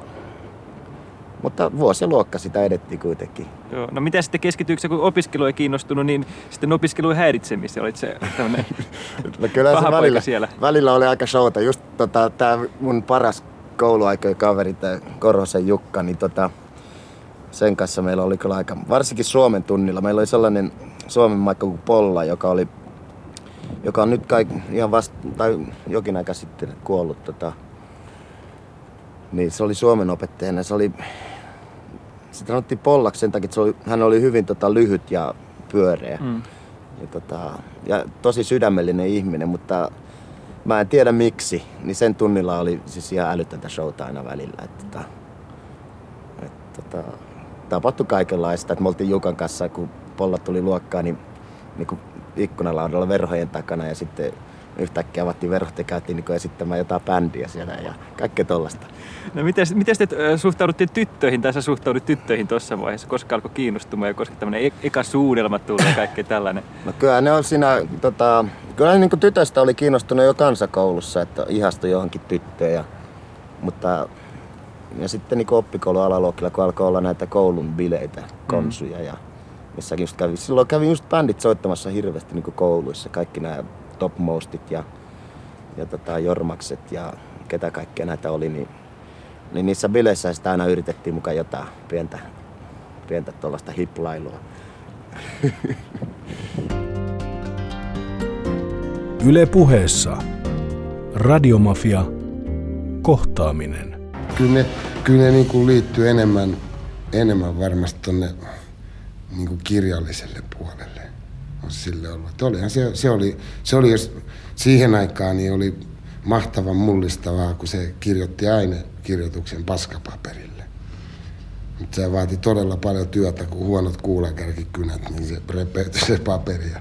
Mutta vuosiluokka sitä edettiin kuitenkin. Joo. No mitä sitten keskityykö, kun opiskelu ei kiinnostunut, niin sitten opiskelun häiritsemiseen? Olit se tämmöinen no kyllä paha se poika siellä? Välillä oli aika showta. Just tää mun paras kouluaikojen kaveri, tää Korhosen Jukka, niin sen kanssa meillä oli kyllä aika, varsinkin Suomen tunnilla. Meillä oli sellainen Suomen maikka kuin Polla, joka on nyt ihan tai jokin aika sitten kuollut. Niin se oli Suomen opettajana. Sitä sanottiin Pollaksi sen takia, että hän oli hyvin lyhyt ja pyöreä. Ja tosi sydämellinen ihminen, mutta mä en tiedä miksi. Niin sen tunnilla oli siis ihan älytöntä showta aina välillä. Tapahtui kaikenlaista. Me oltiin Jukan kanssa, kun Polla tuli luokkaan, niin kuin ikkunalaudalla verhojen takana ja sitten yhtäkkiä avattiin verhot ja käytiin niin esittämään jotain bändiä siellä ja kaikkea tollaista. No miten te suhtaudutte tyttöihin, tai sä suhtaudut tyttöihin tuossa vaiheessa? Koska alkoi kiinnostumaan ja koska tämmöinen eka suudelma tuli ja kaikkea tällainen? No kyllä ne on siinä, kyllä niin kuin tytöstä oli kiinnostunut jo kansakoulussa, että ihastui johonkin tyttöön. Mutta ja sitten niin oppikoulun alaluokilla, kun alkoi olla näitä koulun bileitä, konsuja ja missäkin just silloin kävi just bändit soittamassa hirveästi niin kouluissa, kaikki nämä Topmostit ja Jormakset ja ketä kaikkea näitä oli, niin niissä bileissä sitä aina yritettiin mukaan jotain pientä tuollaista hiplailua. Yle Puheessa Radiomafia kohtaaminen. Kyllä ne niin kuin liittyy enemmän varmasti tuonne niin kuin kirjalliselle puolelle. On sille ollut. Olihan se oli jos siihen aikaan niin oli mahtavan mullistavaa, kun se kirjoitti ainekirjoituksen paskapaperille. Mutta se vaati todella paljon työtä, kun huonot kuulakärkikynät, niin se repeytyi se paperi.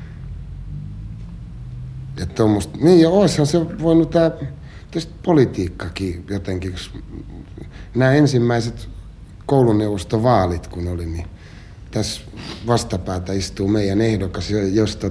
Ja tommoista, niin ja oishan se voinut tietysti politiikkakin jotenkin. Nämä ensimmäiset kouluneuvostovaalit, kun oli, niin tässä vastapäätä istuu meidän ehdokas, jos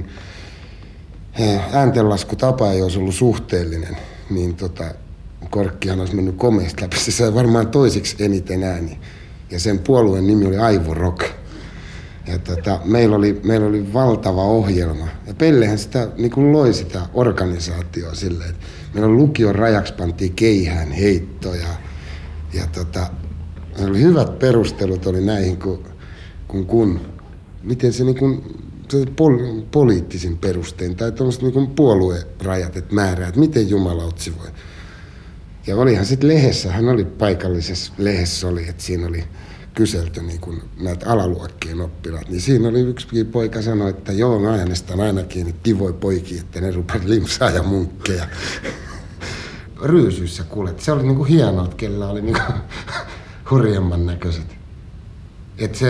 ääntenlaskutapa ei olisi ollut suhteellinen, niin korkkihan olisi mennyt komeasti läpi. Se sai varmaan toisiksi eniten ääni. Ja sen puolueen nimi oli Aivo Rock. Ja meillä oli valtava ohjelma. Ja Pellehän sitä niin kuin loi sitä organisaatioa silleen, että meillä lukion rajaksi pantiin keihään heittoja. Ja oli hyvät perustelut oli näihin, kun miten se niin kuin poliittisin perustein tai tuollaiset niin puoluerajat, että määrää, että miten Jumala otsivoi. Ja olihan sitten lehdessä, hän oli paikallisessa lehdessä, että siinä oli kyselty niin kuin näitä alaluokkien oppilaat, niin siinä oli yksi poika sanoi, että joo, mä äänestän ainakin niitä kivoja poikia, että ne rupeat limsaa ja munkkeja. Ryysyissä kuulet, se oli niin kuin hienoa, että kellä oli niin kuin hurjemman näköiset.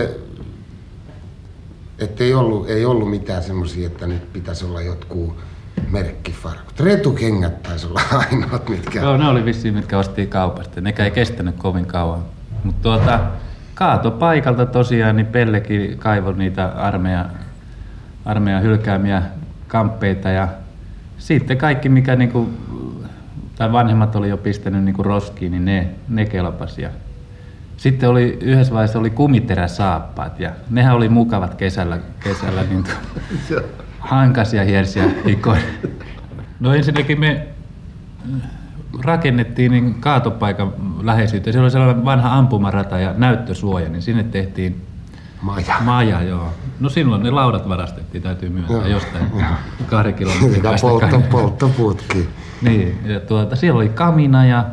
Että ei ollut mitään semmoisia, että nyt pitäisi olla jotkut merkkifarkut. Retukengät taisi olla ainoat, mitkä... Joo, ne oli vissiin, mitkä ostiin kaupasta. Nekä ei kestänyt kovin kauan. Mutta kaatopaikalta tosiaan niin Pellekin kaivoi niitä armeijan hylkäämiä kamppeita ja sitten kaikki mikä niinku, tai vanhemmat oli jo pistänyt niinku roskiin, niin ne kelpasi. Ja sitten oli yhdessä vaiheessa oli kumiteräsaappaat ja nehän oli mukavat kesällä niin hankas ja hiersiä hikoin. No ensinnäkin me rakennettiin niin kaatopaikan läheisyyteen. Siellä oli sellainen vanha ampumarata ja näyttösuoja, niin sinne tehtiin maja, joo. No silloin ne laudat varastettiin, täytyy myöntää jostain 2 kilometrin päästä. Polttoputki. Niin, ja siellä oli kamina ja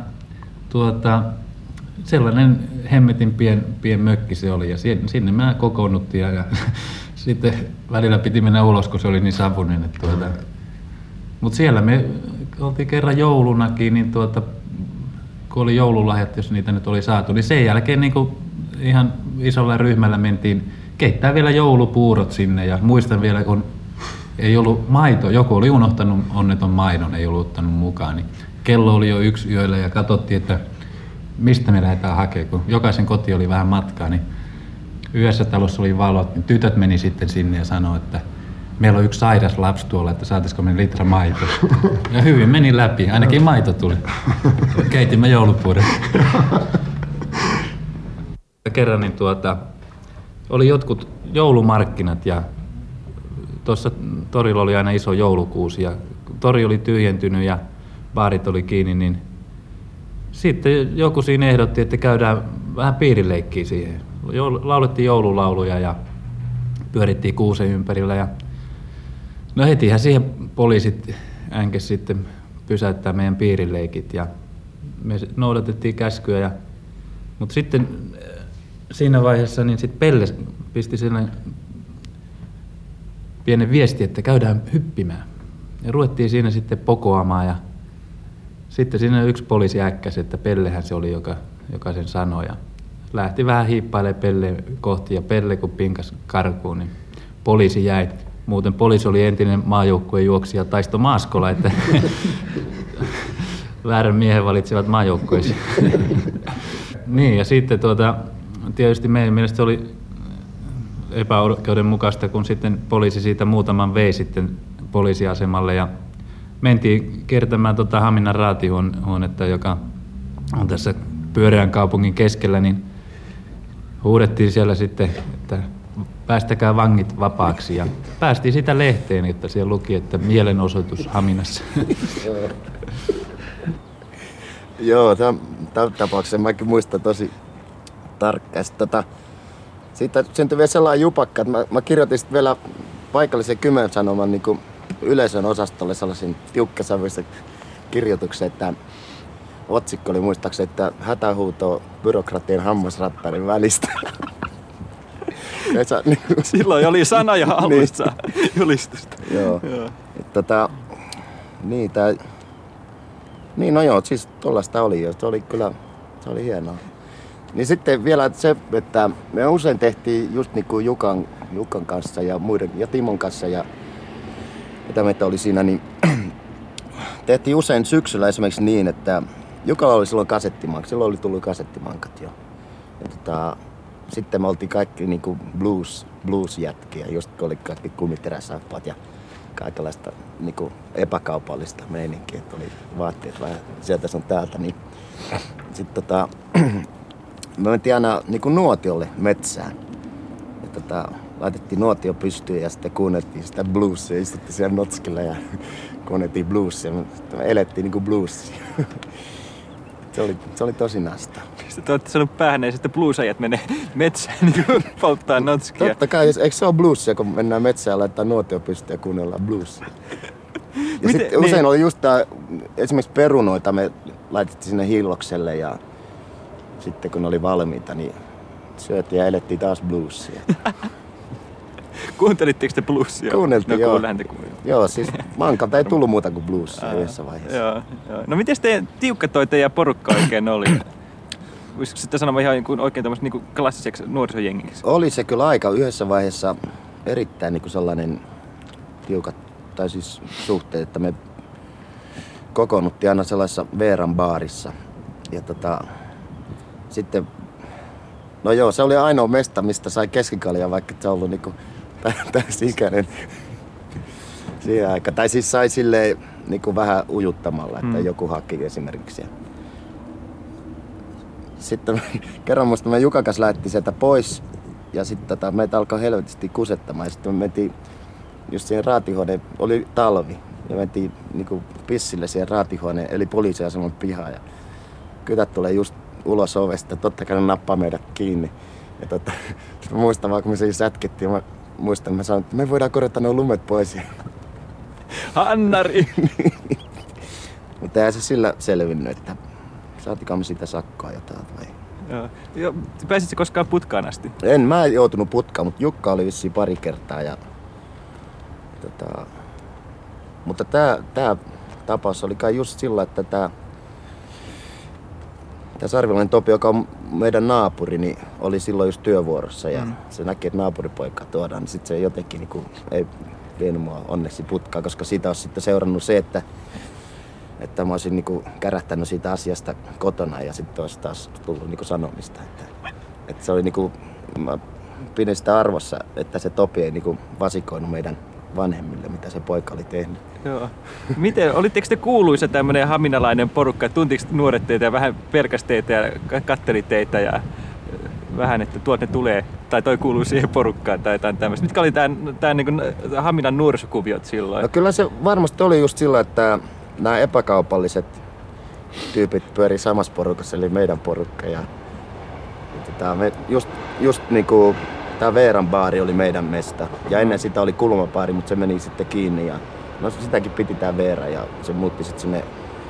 sellainen hemmetin pien mökki se oli ja sinne me kokoonnuttiin ja sitten välillä piti mennä ulos, kun se oli niin savunen. Mutta siellä me oltiin kerran joulunakin, niin kun oli joululahjat, jos niitä nyt oli saatu, niin sen jälkeen niin ihan isolla ryhmällä mentiin keittää vielä joulupuurot sinne ja muistan vielä, kun ei ollut maito, joku oli unohtanut onneton maidon, ei ollut ottanut mukaan, niin kello oli jo 1 yöllä ja katsottiin, että mistä me lähdetään hakemaan, kun jokaisen koti oli vähän matkaa, niin yhdessä talossa oli valot, niin tytöt meni sitten sinne ja sanoi, että meillä on 1 sairas lapsi tuolla, että saataisiko me litra maitoa. Ja hyvin meni läpi, ainakin maito tuli. Keitimme joulupuuret. Kerran niin oli jotkut joulumarkkinat ja tuossa torilla oli aina iso joulukuusi ja tori oli tyhjentynyt ja baarit oli kiinni, niin sitten joku siinä ehdotti, että käydään vähän piirileikkiä siihen. Laulettiin joululauluja ja pyörittiin kuusen ympärillä ja no hetihän siihen poliisit änkäs sitten pysäyttää meidän piirileikit ja me noudatettiin käskyä mutta sitten siinä vaiheessa niin sitten Pelle pisti sellainen pienen viesti, että käydään hyppimään ja ruvettiin siinä sitten pokoamaan ja sitten siinä yksi poliisi äkkäsi, että Pellehän se oli, joka sen sanoi ja lähti vähän hiippailemaan Pelle kohti ja Pelle kun pinkas karkuun, niin poliisi jäi. Muuten poliisi oli entinen maajoukkueen juoksija Taisto Maaskola, että väärän miehen valitsivat maajoukkueisiin. Niin ja sitten tietysti meidän mielestä se oli epäoikeudenmukaista, kun sitten poliisi siitä muutaman vei sitten poliisiasemalle ja mentiin kiertämään Haminan raatihuonetta, joka on tässä pyöreän kaupungin keskellä, niin huudettiin siellä sitten, että päästäkää vangit vapaaksi ja päästiin sitä lehteen, että siellä luki, että mielenosoitus Haminassa. Joo, tämän tapauksen mäkin muistan tosi tarkkaan. Siitä syntyi vielä sellainen jupakka, että mä kirjoitin sitten vielä paikallisen Kymen-sanoman niin yleisön osastolle sellaisen tiukkasävyisen kirjoituksen, että otsikko oli muistaakseni, että hätähuuto byrokratian hammasrattarin välistä. Silloin oli sanoja alussa julistusta. Joo. No joo, siis tollaista oli jo. Se oli hienoa. Niin sitten vielä se, että me usein tehtiin just niin kuin Jukan kanssa ja muiden ja Timon kanssa ja mitä meitä oli siinä, niin tehtiin usein syksyllä esimerkiksi niin, että Jukalla oli silloin kasettimankat, silloin oli tullut kasettimankat jo. Ja sitten me oltiin kaikki niinku blues-jätkiä, just kun oli kaikki kumiteräsaappaat ja kaikenlaista niinku epäkaupallista meininkiä, että oli vaatteet vähän sieltä sun täältä. Niin sitten me mentiin aina niinku nuotiolle metsään. Ja laitettiin nuotio pystyyn ja sitten kuunneltiin sitä bluesia, istuttiin siellä notskilla ja kuunneltiin bluesia. Me elettiin niinku bluesia. Se oli tosi nastaa. Sitten te olette sanonut päähän, ja sitten bluesajat menee metsään niin polttaa notskia. Totta kai, eikö se ole bluesia, kun mennään metsään ja laittaa nuotio pystyyn ja kuunnellaan bluesia? Ja sitten usein oli just esimerkiksi perunoita me laitettiin sinne hillokselle ja sitten kun ne oli valmiita, niin syötiin ja elettiin taas bluesia. Kuuntelitteko te bluesia? Kuunneltiin, joo. Joo, siis mankalta ei tullut muuta kuin bluesia yhdessä vaiheessa. Joo. No miten teidän tiukka toi teidän porukka oikein oli? Voisiko sitten sanoa ihan oikein tämmöistä niin klassiseksi nuorisojengiksi? Oli se kyllä aika yhdessä vaiheessa erittäin niin sellainen tiukat tai siis suhteet, että me kokoonnuttiin aina sellaisessa Veeran baarissa. Ja sitten, no joo, se oli ainoa mesta, mistä sai keskikaljaa, vaikka se on ollut niinku täysi-ikäinen siihen aikaan. Tai siis sai silleen niinku vähän ujuttamalla, että joku haki esimerkiksi. Sitten kerran muista me Jukan kanssa lähdettiin sieltä pois ja sitten meitä alkoi helvetisti kusettamaan. Ja sitten me mentiin just siihen raatihuoneen, oli talvi ja mentiin niinku pissille siihen raatihuoneen eli poliisiaseman pihaan. Ja kytät tulee just ulos ovesta, totta kai ne nappaa meidät kiinni. Ja mä muistan vaan kun me siinä sätkettiin, mä muistan, mä sanoin, että me voidaan korjata nuo lumet pois. Hannari! Mutta eihän se sillä selvinnyt, että saatikaan me siitä sakkoa jotain vai? Joo. Pääsitkö koskaan putkaan asti? En mä joutunut putkaan, mutta Jukka oli vissiin pari kertaa. Ja, mutta tää tapaus oli kai just sillä, että tää Sarvilainen Topi, joka on meidän naapuri, niin oli silloin just työvuorossa ja se näki, että naapuripoika tuodaan, niin sit se jotenkin niinku, ei vienyt mua onneksi putkaan, koska siitä olisi sitten seurannut se, että mä olisin niinku kärähtänyt siitä asiasta kotona ja sitten olisi taas tullut niinku sanomista. Että se oli niinku, mä pidin sitä arvossa, että se Topi ei niinku vasikoinut meidän vanhemmille, mitä se poika oli tehnyt. Joo. Miten, olitteko te kuuluisa tämmöinen haminalainen porukka? Tuntiko nuoret teitä ja vähän pelkäs teitä ja katteli teitä ja vähän, että tuolta ne tulee tai toi kuuluu siihen porukkaan tai jotain tämmöistä? Mitkä oli tää niin kuin Haminan nuorisokuviot silloin? No kyllä se varmasti oli just sillä, että nämä epäkaupalliset tyypit pyörii samassa porukassa, eli meidän porukka. Ja me just niinku tää Veeran baari oli meidän mesta. Ja ennen sitä oli kulmabaari, mutta se meni sitten kiinni. Ja no sitäkin piti tää Veera ja se muutti sitten sinne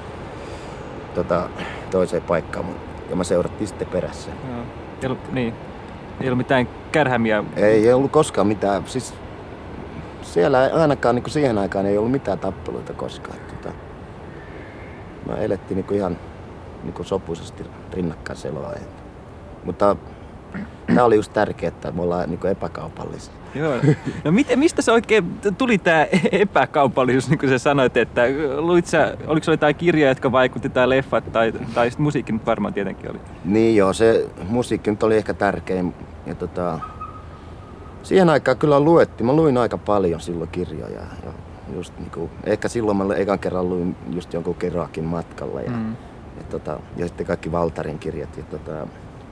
toiseen paikkaan. Ja me seurattiin sitten perässä. Joo. Ei ollut mitään kärhämiä? Ei ollut koskaan mitään. Siis siellä ainakaan niin siihen aikaan ei ollut mitään tappeluita koskaan. Me elettiin niin ihan niin sopuisesti rinnakkain seloa. Mutta tää oli just tärkeää, että me ollaan niin epäkaupallisia. Joo. No mistä se oikein tuli tää epäkaupallisuus, niin kuin sä sanoit, että oliko se jotain kirjoja, jotka vaikutti tai leffat tai sitten musiikki nyt varmaan tietenkin oli? Niin joo, se musiikki nyt oli ehkä tärkein. Ja siihen aikaan kyllä luettiin. Mä luin aika paljon silloin kirjoja. Ja just niinku, ehkä silloin mä ekan kerran luin just jonkun Keroakin matkalla. Ja sitten kaikki Valtarin kirjat. Ja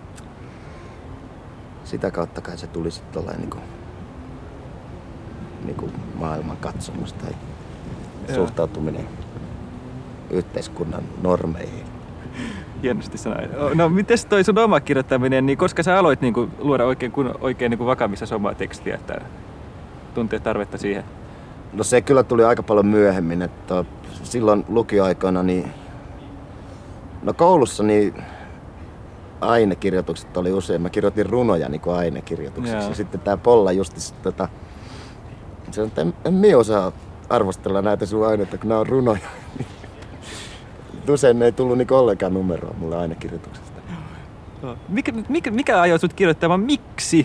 sitä kautta kai se tuli sitten tollain niinku maailman katsomus tai suhtautuminen yhteiskunnan normeihin. Hienosti sanoin. No mites toi sun oma kirjoittaminen, niin koska sä aloit niinku luoda oikein niinku vakavissa omaa tekstiä, että tuntee tarvetta siihen? No se kyllä tuli aika paljon myöhemmin, että silloin lukioaikoina niin no koulussa niin ainekirjoitukset oli usein. Mä kirjoitin runoja niin kuin ainekirjoituksiksi. Ja sitten tää Polla justi sanoi, että en minä osaa arvostella näitä sun aineita, kun nää on runoja. Usein ei tullut niin ollenkaan numeroa mulle ainekirjoituksesta. Mikä ajoi sut kirjoittamaan? Miksi?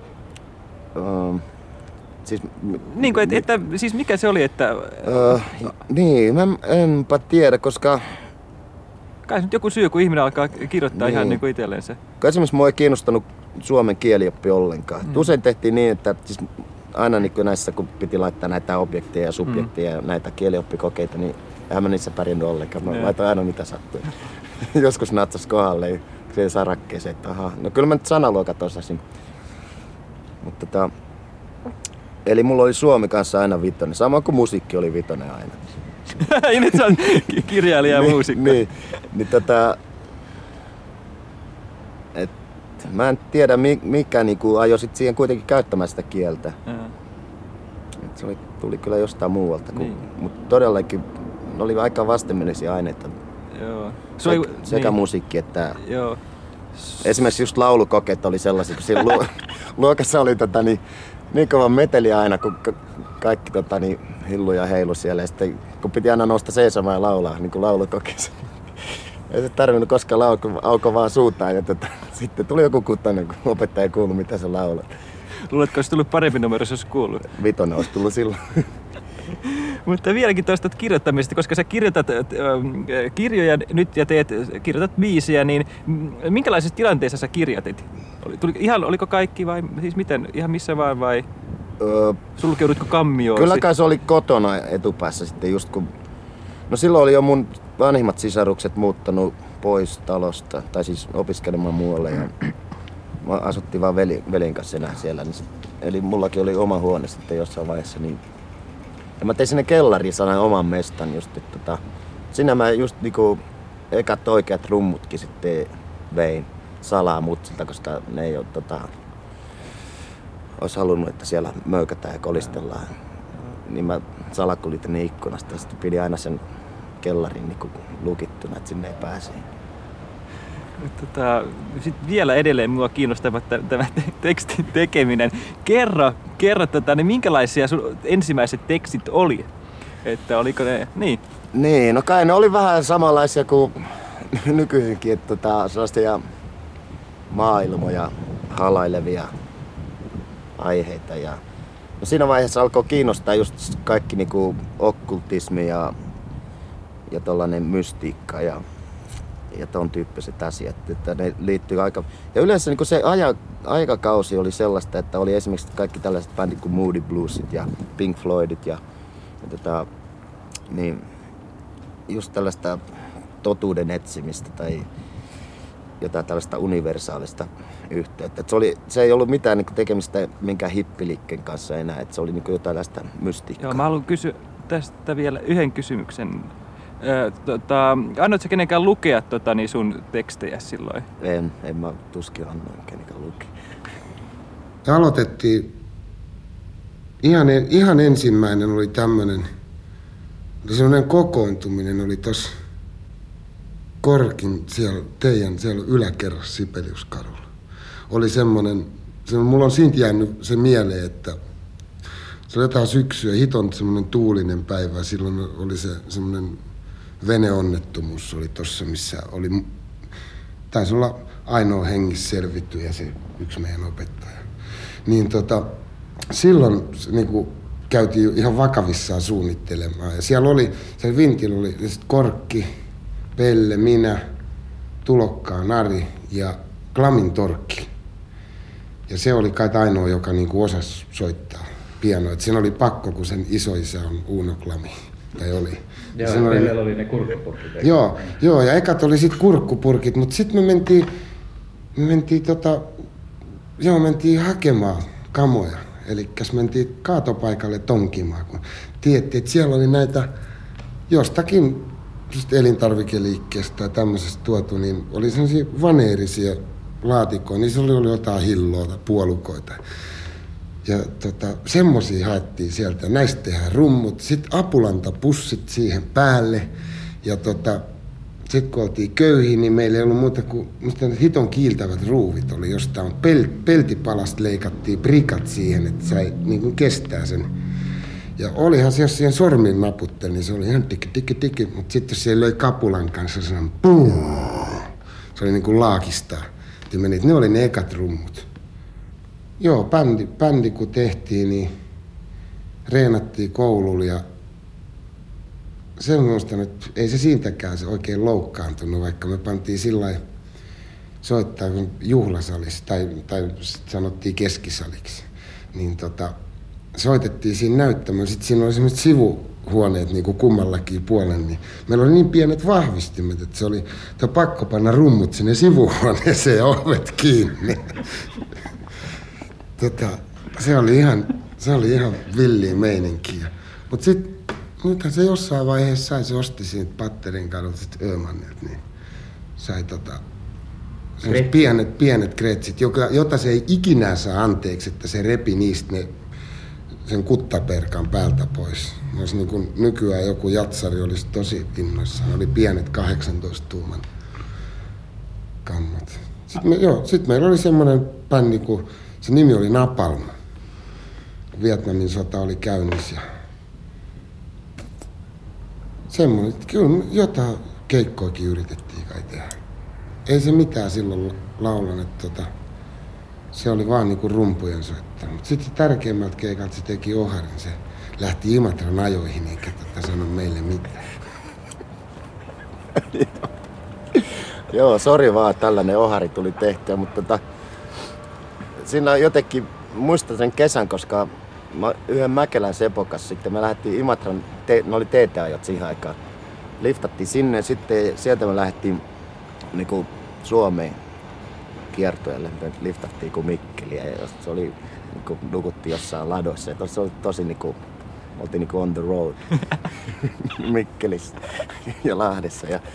Siis mikä se oli, että... Niin, mä enpä tiedä, koska... Kai nyt joku syy, kun ihminen alkaa kirjoittaa ihan niin kuin itsellensä. Esimerkiksi mua ei kiinnostanut suomen kielioppi ollenkaan. Usein tehtiin niin, että siis aina niin näissä, kun piti laittaa näitä objekteja ja subjekteja ja näitä kielioppikokeita, niin eihän mä niissä pärjännyt ollenkaan. Mä laitoin aina mitä sattui. Joskus natsas kohdalle ja siihen sarakkeeseen, että ahaa. No kyllä mä nyt sanaluokat osasin. Mutta eli mulla oli suomi kanssa aina vitonen, sama kuin musiikki oli vitonen aina. Ja nyt sä oot kirjailija ja muusikko. Niin, mä en tiedä mikä niinku ajoi sit siihen kuitenkin käyttämään sitä kieltä. Se tuli kyllä jostain muualta, mutta todellakin oli aika vastenmielisiä aineita. Joo. Sekä musiikki että... Joo. Esimerkiksi just laulukokeet oli sellaisia, kun siinä luokassa oli niin kova meteli aina, kun kaikki hillu ja heilu siellä. Ja sitten kun piti aina nousta seisomaan ja laulaa, niin kuin laulukokeessa. Ei se tarvinnut koskaan auko vaan suutaan. Ja sitten tuli joku kuttainen, kun opettaja ei kuullut, mitä se laulaa. Luuletko, olisi tullut parempi numero, jos olisi kuullut? 5 olisi tullut silloin. Mutta vieläkin tuosta kirjoittamisesta, koska sä kirjoitat kirjoja nyt ja kirjoitat biisiä, niin minkälaisissa tilanteissa sä kirjoitit? Oliko kaikki vai siis miten? Ihan missä vaan vai sulkeudutko kammioon? Kyllä kai se oli kotona etupäässä sitten just kun... No silloin oli jo mun vanhimmat sisarukset muuttanut pois talosta, tai siis opiskelemaan muualle ja asuttiin vaan veljen kanssa enää siellä. Niin eli mullakin oli oma huone sitten jossain vaiheessa. Niin... Ja mä tein sinne kellariin sellainen oman mestan just, että siinä mä just niinku ekat oikeat rummutkin sitten vein salaa mutsilta, koska ne ei oo ois halunnut, että siellä möykätään ja kolistellaan. Niin mä salakuljetin ikkunasta ja sitten pidin aina sen kellarin niinku lukittuna, että sinne ei pääse. Sitten vielä edelleen mua kiinnostaa tämä tekstin tekeminen. Kerro niin minkälaisia sun ensimmäiset tekstit oli? Että oliko ne, Niin, no kai ne oli vähän samanlaisia kuin nykyisinkin, että sellaisia maailmoja halailevia aiheita. Ja no siinä vaiheessa alkoi kiinnostaa just kaikki niinku okkultismi ja tollainen mystiikka ja ton tyyppiset asiat, että ne liittyy aika... Ja yleensä niin se aikakausi oli sellaista, että oli esimerkiksi kaikki tällaiset bändit kuin Moody Bluesit ja Pink Floydit ja niin just tällaista totuuden etsimistä tai jotain tällaista universaalista yhteyttä. Se ei ollut mitään niin tekemistä minkään hippiliikkeen kanssa enää, että se oli niin jotain tällaista mystiikkaa. Joo, mä haluan kysyä tästä vielä yhden kysymyksen. Annoit sä kenenkään lukea niin sun tekstejä silloin? En mä tuskin annoin kenenkään lukea. Aloitettiin, ihan ensimmäinen oli tämmönen, semmoinen kokoontuminen oli tossa Korkin siellä yläkerrassa Sibeliuskadulla. Oli semmonen, mulla on siitä jäänyt se mieleen, että se oli jotain syksyä, hiton semmonen tuulinen päivä, silloin oli se semmonen veneonnettomuus oli tossa, missä oli, taisi olla ainoa hengissä selvitty ja se yksi meidän opettaja. Niin silloin niinku käytiin ihan vakavissaan suunnittelemaan ja siellä oli, se vintillä oli Korkki, Pelle, minä, Tulokkaa, Nari ja Klamin Torkki. Ja se oli kai ainoa, joka niinku osasi soittaa pianoa. Et siinä oli pakko, kun sen isoisä on Uno Klami. Tai oli. Joo, oli ne kurkkupurkit. Joo, ja ekat oli sit kurkkupurkit, mutta sitten me mentiin hakemaan kamoja. Elikkäs mentiin kaatopaikalle tonkimaan, kun tiedettiin, että siellä oli näitä jostakin elintarvikeliikkeestä tai tämmöisestä tuotu, niin oli sellaisia vaneerisia laatikkoja, niissä oli jotain hilloa tai puolukoita. Ja semmosia haettiin sieltä, näistä tehdään rummut, sitten apulantapussit siihen päälle. Ja sitten kun oltiin köyhiä, niin meillä ei ollut muuta kuin hiton kiiltävät ruuvit oli jostain. Peltipalasta leikattiin prikat siihen, että sai niin kuin kestää sen. Ja olihan se, jos siihen sormin naputteli, niin se oli ihan tiki, mutta sitten jos siellä löi kapulan kanssa, se on puum. Se oli niin kuin laakistaa. Ne oli ne ekat rummut. Joo, bändi kun tehtiin, niin reenattiin koululla ja semmoista, että ei se siitäkään se oikein loukkaantunut, vaikka me pantiin sillain soittaa juhlasalissa tai sanottiin keskisaliksi. Niin soitettiin siinä näyttämään, sitten siinä oli semmoiset sivuhuoneet niin kuin kummallakin puolen, niin meillä oli niin pienet vahvistimet, että se oli pakko panna rummut sinne sivuhuoneeseen ja ovet kiinni. Se oli ihan villiä meininkiä. Mut nythän se jossain vaiheessa se osti siitä Patterin kadulta sit Öhmannilta, niin sai pienet kretsit, jota se ei ikinä saa anteeksi, että se repi niistä sen kuttaperkan päältä pois. Niin kun nykyään joku jatsari olisi tosi innoissaan, oli pienet 18-tuuman kammat. Sitten meillä oli semmoinen bändi, kun se nimi oli Napalm. Vietnamin sota oli käynnissä. Semmoinen, että kyllä jotain keikkoakin yritettiin kai tehdä. Ei se mitään silloin laulan, että se oli vaan niinku rumpujen soittaa. Mutta sitten tärkeimmältä keikalta se teki Oharin, se lähti Imatran ajoihin eikä sano meille mitään. Joo, sori vaan, että tällainen ohari tuli tehtyä, mutta siinä jotenkin muistan sen kesän, koska yhden Mäkelän Sepon kanssa sitten me lähdettiin Imatran, ne oli TT-ajot siihen aikaan. Liftattiin sinne, sitten sieltä me lähdettiin niinku Suomeen kiertueelle. Me liftattiin kuin Mikkeliä ja se oli, niinku, nukuttiin jossain ladoissa ja se oli tosi niinku, oltiin niinku on the road Mikkelissä ja Lahdessa ja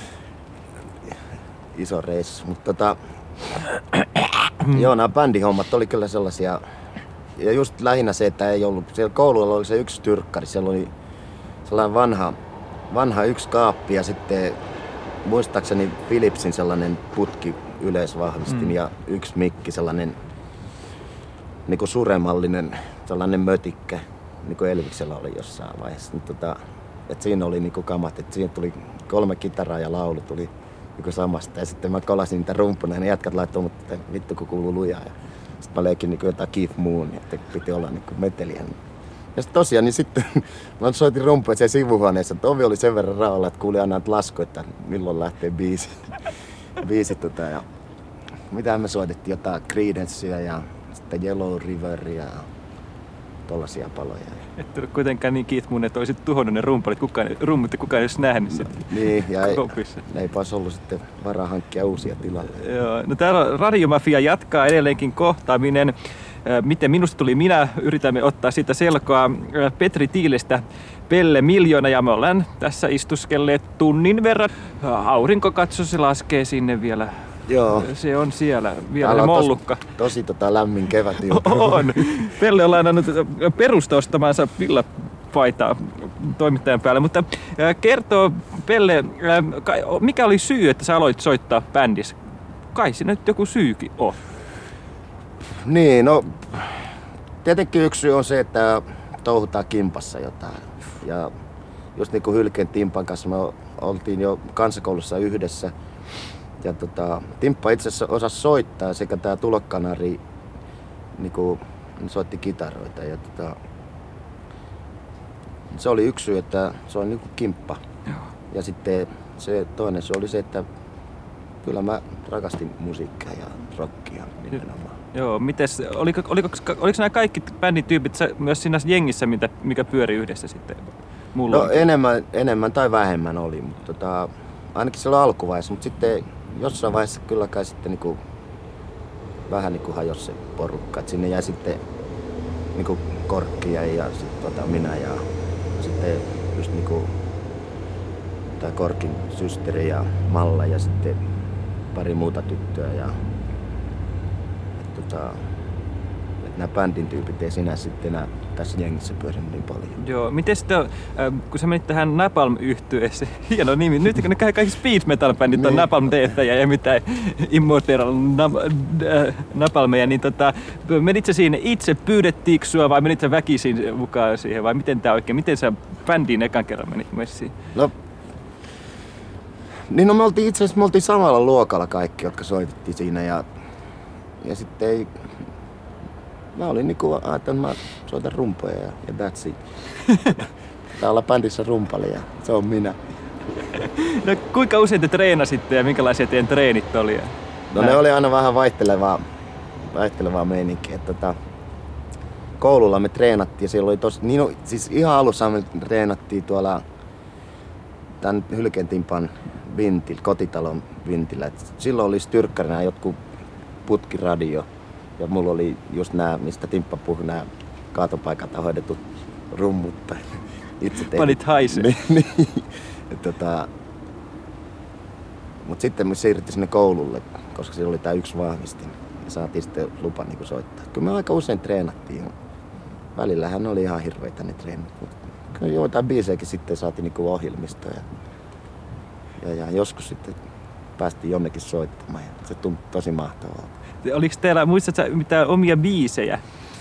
iso reissu. Mutta joo, nämä bändihommat oli kyllä sellaisia. Ja just lähinnä se, että ei ollut, siellä koululla oli se yksi tyrkkari, siellä oli sellainen vanha yksi kaappi ja sitten muistaakseni Philipsin sellainen putki yleisvahvistin ja yksi mikki, sellainen niinku suremallinen, sellainen mötikkä, niinku Elviksellä oli jossain vaiheessa. Et siinä oli niinku kamat, että siinä tuli 3 kitaraa ja laulu tuli niinku samasta ja sitten mä kolasin niitä rumpuna ja ne jätkät laittoi mut, että vittu kun kuuluu lujaa. Sitten mä leikin niin jotain Keith Moon, että piti olla niin meteliä. Ja sitten tosiaan, niin sitten mä soitin rumpuja siellä sivuhuoneessa, että ovi oli sen verran raolla, että kuuli aina lasku, että milloin lähtee biisi. Ja mitähän me soitettiin, jotain Creedencea ja sitten Yellow Riveria ja tollasia paloja. Et ole kuitenkaan niin Keith Moon, että olisit tuhonnut ne rumput, kukaan ei olisi nähnyt sitä. Niin, ja eipä olisi ollut sitten varaa hankkia uusia tilalle. Joo, no täällä Radiomafia jatkaa edelleenkin kohtaaminen. Miten minusta tuli minä, yritämme ottaa siitä selkoa Petri Tiilestä Pelle Miljoona ja me ollaan tässä istuskelleet tunnin verran. Aurinko katso, se laskee sinne vielä. Joo. Se on siellä, vielä se mollukka. Tosi lämmin kevätilta. On. Pelle on lainannut perusta ostamansa villapaitaa toimittajan päälle, mutta kertoo Pelle, mikä oli syy, että sä aloit soittaa bändissä? Kai siinä nyt joku syykin on. Niin, no tietenkin yksi syy on se, että touhutaan kimpassa jotain. Ja just niin kuin Hylkeen Timpan kanssa me oltiin jo kansakoulussa yhdessä. Ja Timppa itse asiassa osasi soittaa sekä tää Tulokkanari niinku soitti kitaroita ja se oli yksi syy, että se on niinku kimppa. Joo. Ja sitten se toinen syy oli se, että kyllä mä rakastin musiikkia ja rockia nimenomaan. Joo, mites, oliko nämä kaikki bändin tyypit myös siinä jengissä, mikä pyöri yhdessä sitten? Mulla no enemmän tai vähemmän oli, mutta ainakin silloin alkuvaiheessa, mutta sitten jossain vaiheessa kyllä kai sitten niinku vähän niinku hajosi se porukka, että sinne jäi sitten niinku Korkki ja sitten minä ja sitten just niinku tää Korkin systeri ja Malla ja sitten pari muuta tyttöä ja nämä bändin tyypit ei sinänsä sitten enää tässä jengissä pyörinyt niin paljon. Joo, miten sitten, kun sä menit tähän Napalm-yhtyeeseen, hieno nimi, nyt kun ne kaikki speed metal-bändit on niin. Napalm Deathia ja mitään Immortal Napalmeja, niin menit sä siinä itse, pyydettiinkö sua vai menit sä väkisin mukaan siihen vai miten tää oikein, miten sä bändiin ekan kerran menit messiin? No, niin no me oltiin samalla luokalla kaikki, jotka soitettiin siinä ja sitten mä olin niinku ajatellut, mä soitan rumpoja ja that's it. Tää olla bändissä rumpali ja se on minä. No kuinka usein te treenasitte ja minkälaisia teidän treenit oli? No ne oli aina vähän vaihtelevaa meininkiä. Koululla me treenattiin ja siellä oli siis ihan alussa me treenattiin tuolla tän Hylkeen Timpan kotitalon vintillä. Silloin oli styrkkarina jotkut putkiradio. Ja mulla oli just nää, mistä Timppa puhui, nää kaatopaikalta hoidetut rummut. Itse tein. Panit haisee. Niin. Mut sitten me siirryttiin sinne koululle, koska siellä oli tää yksi vahvistin. Ja saatiin sitten lupa niinku soittaa. Kyllä me aika usein treenattiin. Välillähän oli ihan hirveitä ne treenit. Kyllä joitain biisejäkin sitten saatiin niinku ohjelmistoja. Ja joskus sitten päästiin jonnekin soittamaan ja se tuntui tosi mahtavaa. Oliko teillä, muistatko mitään omia biisejä?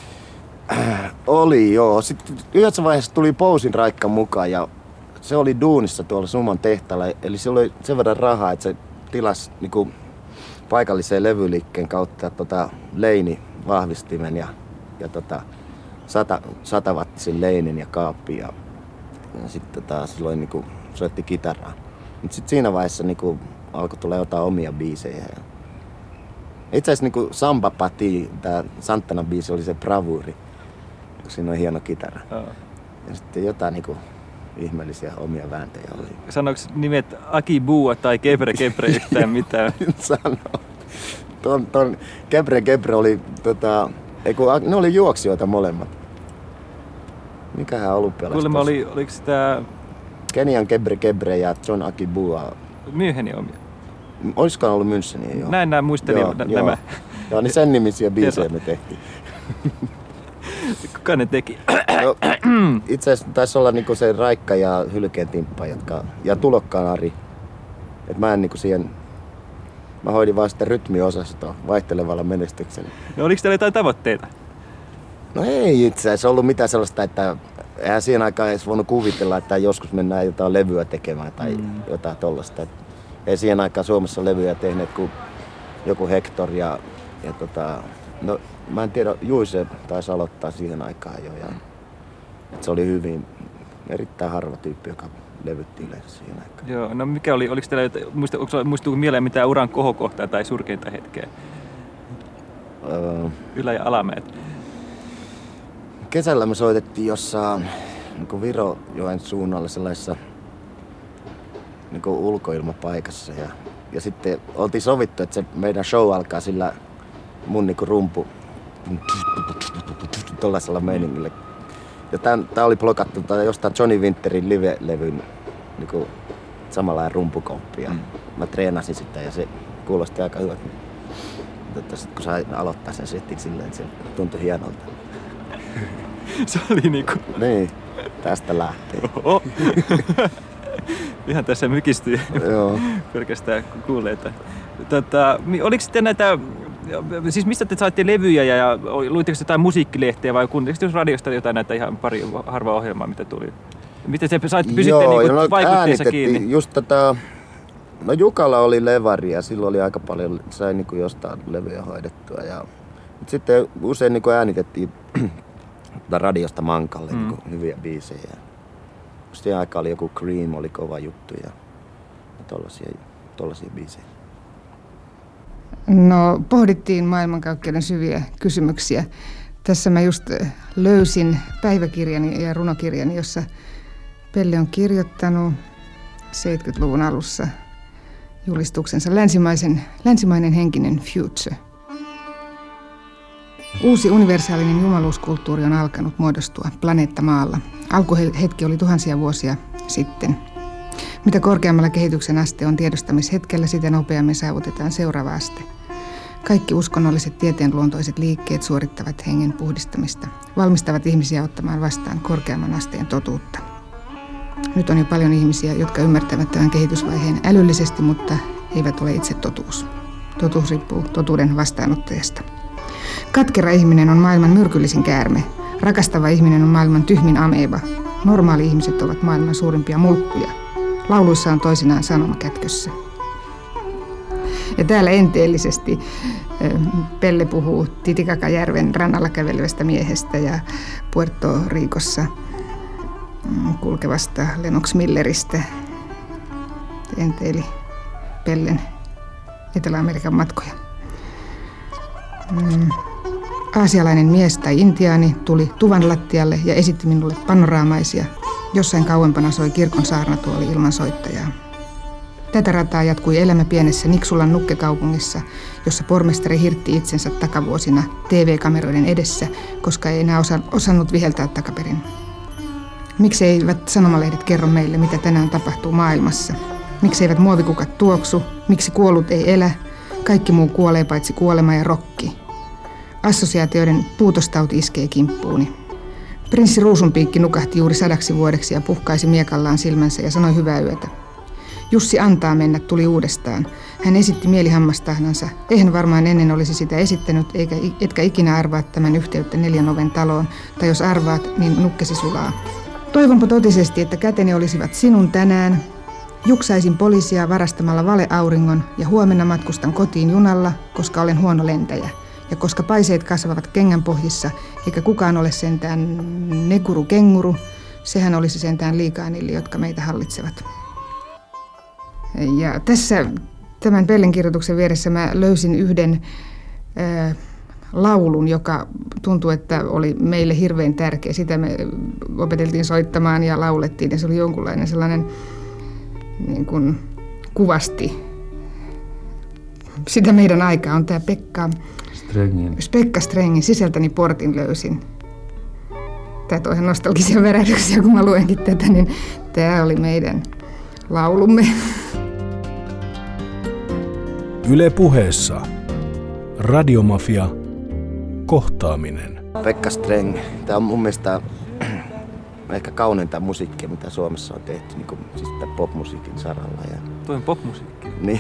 Oli joo. Sitten yhdessä vaiheessa tuli Pousin Raikka mukaan ja se oli duunissa tuolla Sumon tehtaalla. Eli se oli sen verran rahaa, että se tilasi niinku paikalliseen levyliikkeen kautta Leini vahvistimen ja 100-wattisen leinin ja kaappi ja sitten silloin niinku soitti kitaraa. Mutta sitten siinä vaiheessa niinku alkoi tulla jotain omia biisejä. Itse asiassa niinku Samba Pati, tää Santanan biisi oli se bravuuri, kun siinä on hieno kitara. Ja sitten jotain niinku ihmeellisiä omia vääntöjä oli. Sanoiko nimet Aki Bua tai Kebre Kebre yhtään mitään? Sano. Ton Kebre oli ne oli juoksijoita molemmat. Mikähän olympialaista? Kuulemma oliko sitä Kenian Kebre ja John Aki Bua. Münchenin omia? Olisikohan ollut Müncheniä, joo. Näin muistelin nämä. Joo, niin sen nimisiä biisejä me tehtiin. Kuka ne teki? No, itse asiassa taisi olla niinku se Raikka ja Hylkeen Timppa, ja Tulokkaan Ari. Et mä en niinku siihen... Mä hoidin vaan sitä rytmiosastoa vaihtelevalla menestyksellä. No oliko teillä jotain tavoitteita? No ei itse asiassa ollut mitään sellaista, että eihän siihen aikaan edes voinut kuvitella, että joskus mennään jotain levyä tekemään tai jotain tollaista. Ei siihen aikaan Suomessa levyjä tehneet kuin joku Hector ja no mä en tiedä, Juise taisi aloittaa siihen aikaan jo ja se oli erittäin harva tyyppi, joka levytti yleensä siihen aikaan. Joo, no mikä oliko teillä, muistuuko mieleen mitään uran kohokohtaa tai surkeinta hetkeä? Ylä- ja alamäet. Kesällä me soitettiin jossain niin Virojoen suunnalla sellaisessa niin ulkoilmapaikassa ja sitten oltiin sovittu, että se meidän show alkaa sillä mun niin rumpu tuollaisella meiningillä. Ja tää oli blokattu jostain Johnny Winterin live-levyn niin samanlainen rumpukomppi. Mä treenasin sitä ja se kuulosti aika hyvältä. Sitten kun sai aloittaa sen setin silleen, että se tuntui hienolta. Se oli niinku... Niin, tästä lähtee. Ihan tässä mykistyy. Joo. Pelkästään kuulee, että... Oliko sitten näitä... Siis mistä te saitte levyjä ja luitteko jotain musiikkilehteä vai kuuntelitteko radiosta jotain näitä ihan pari harvaa ohjelmaa, mitä tuli? Miten se saitte pysytte niinku vaikutteessa kiinni? Just no Jukalla oli levari ja silloin oli aika paljon, sai niinku jostain levyjä hoidettua. Mutta sitten usein niinku äänitettiin radiosta Mankalle niinku hyviä biisejä. Siihen aikaan oli joku Cream, oli kova juttu ja tollasia biisejä. No, pohdittiin maailmankaikkeuden syviä kysymyksiä. Tässä mä just löysin päiväkirjani ja runokirjani, jossa Pelle on kirjoittanut 70-luvun alussa julistuksensa länsimainen henkinen future. Uusi universaalinen jumaluuskulttuuri on alkanut muodostua planeetta Maalla. Alkuhetki oli tuhansia vuosia sitten. Mitä korkeammalla kehityksen aste on tiedostamishetkellä, sitä nopeammin saavutetaan seuraava aste. Kaikki uskonnolliset tieteenluontoiset liikkeet suorittavat hengen puhdistamista, valmistavat ihmisiä ottamaan vastaan korkeamman asteen totuutta. Nyt on jo paljon ihmisiä, jotka ymmärtävät tämän kehitysvaiheen älyllisesti, mutta eivät ole itse totuus. Totuus riippuu totuuden vastaanottajasta. Katkera ihminen on maailman myrkyllisin käärme. Rakastava ihminen on maailman tyhmin ameeba. Normaali ihmiset ovat maailman suurimpia mulkkuja. Lauluissa on toisinaan sanoma kätkössä. Ja täällä enteellisesti Pelle puhuu Titicacajärven rannalla kävelevästä miehestä ja Puerto Ricossa kulkevasta Lennox Milleristä. Enteili Pellen Etelä-Amerikan matkoja. Aasialainen mies tai intiaani tuli tuvan lattialle ja esitti minulle panoraamaisia. Jossain kauempana soi kirkon saarnatuoli ilman soittajaa. Tätä rataa jatkui elämä pienessä Niksulan nukkekaupungissa, jossa pormestari hirtti itsensä takavuosina TV-kameroiden edessä, koska ei enää osannut viheltää takaperin. Miksi eivät sanomalehdet kerro meille, mitä tänään tapahtuu maailmassa? Miksi eivät muovikukat tuoksu? Miksi kuollut ei elä? Kaikki muu kuolee paitsi kuolema ja rokki. Assosiaatioiden puutostauti iskee kimppuuni. Prinssi Ruusunpiikki nukahti juuri 100 vuodeksi ja puhkaisi miekallaan silmänsä ja sanoi hyvää yötä. Jussi antaa mennä tuli uudestaan. Hän esitti mielihammastahnansa. Eihän varmaan ennen olisi sitä esittänyt, etkä ikinä arvaa tämän yhteyttä 4 oven taloon, tai jos arvaat, niin nukkesi sulaa. Toivonpa totisesti, että käteni olisivat sinun tänään. Juksaisin poliisia varastamalla valeauringon ja huomenna matkustan kotiin junalla, koska olen huono lentäjä. Ja koska paiseet kasvavat kengänpohjissa, eikä kukaan ole sentään neguru kenguru, sehän olisi sentään liikaa niille, jotka meitä hallitsevat. Ja tässä tämän Pellen kirjoituksen vieressä mä löysin yhden laulun, joka tuntuu, että oli meille hirveän tärkeä. Sitä me opeteltiin soittamaan ja laulettiin, ja se oli jonkunlainen sellainen niin kuin kuvasti sitä meidän aikaa. On tämä Pekka Strengin Sisältäni portin löysin. Tämä toi ihan nostalgisia värähdyksiä, kun mä luenkin tätä, niin tämä oli meidän laulumme. Yle Puheessa Radiomafia kohtaaminen. Pekka Streng. Tämä on mun mielestä ehkä kauneinta musiikkia, mitä Suomessa on tehty, niin kuin, siis popmusiikin saralla. Ja toi on popmusiikki. Niin,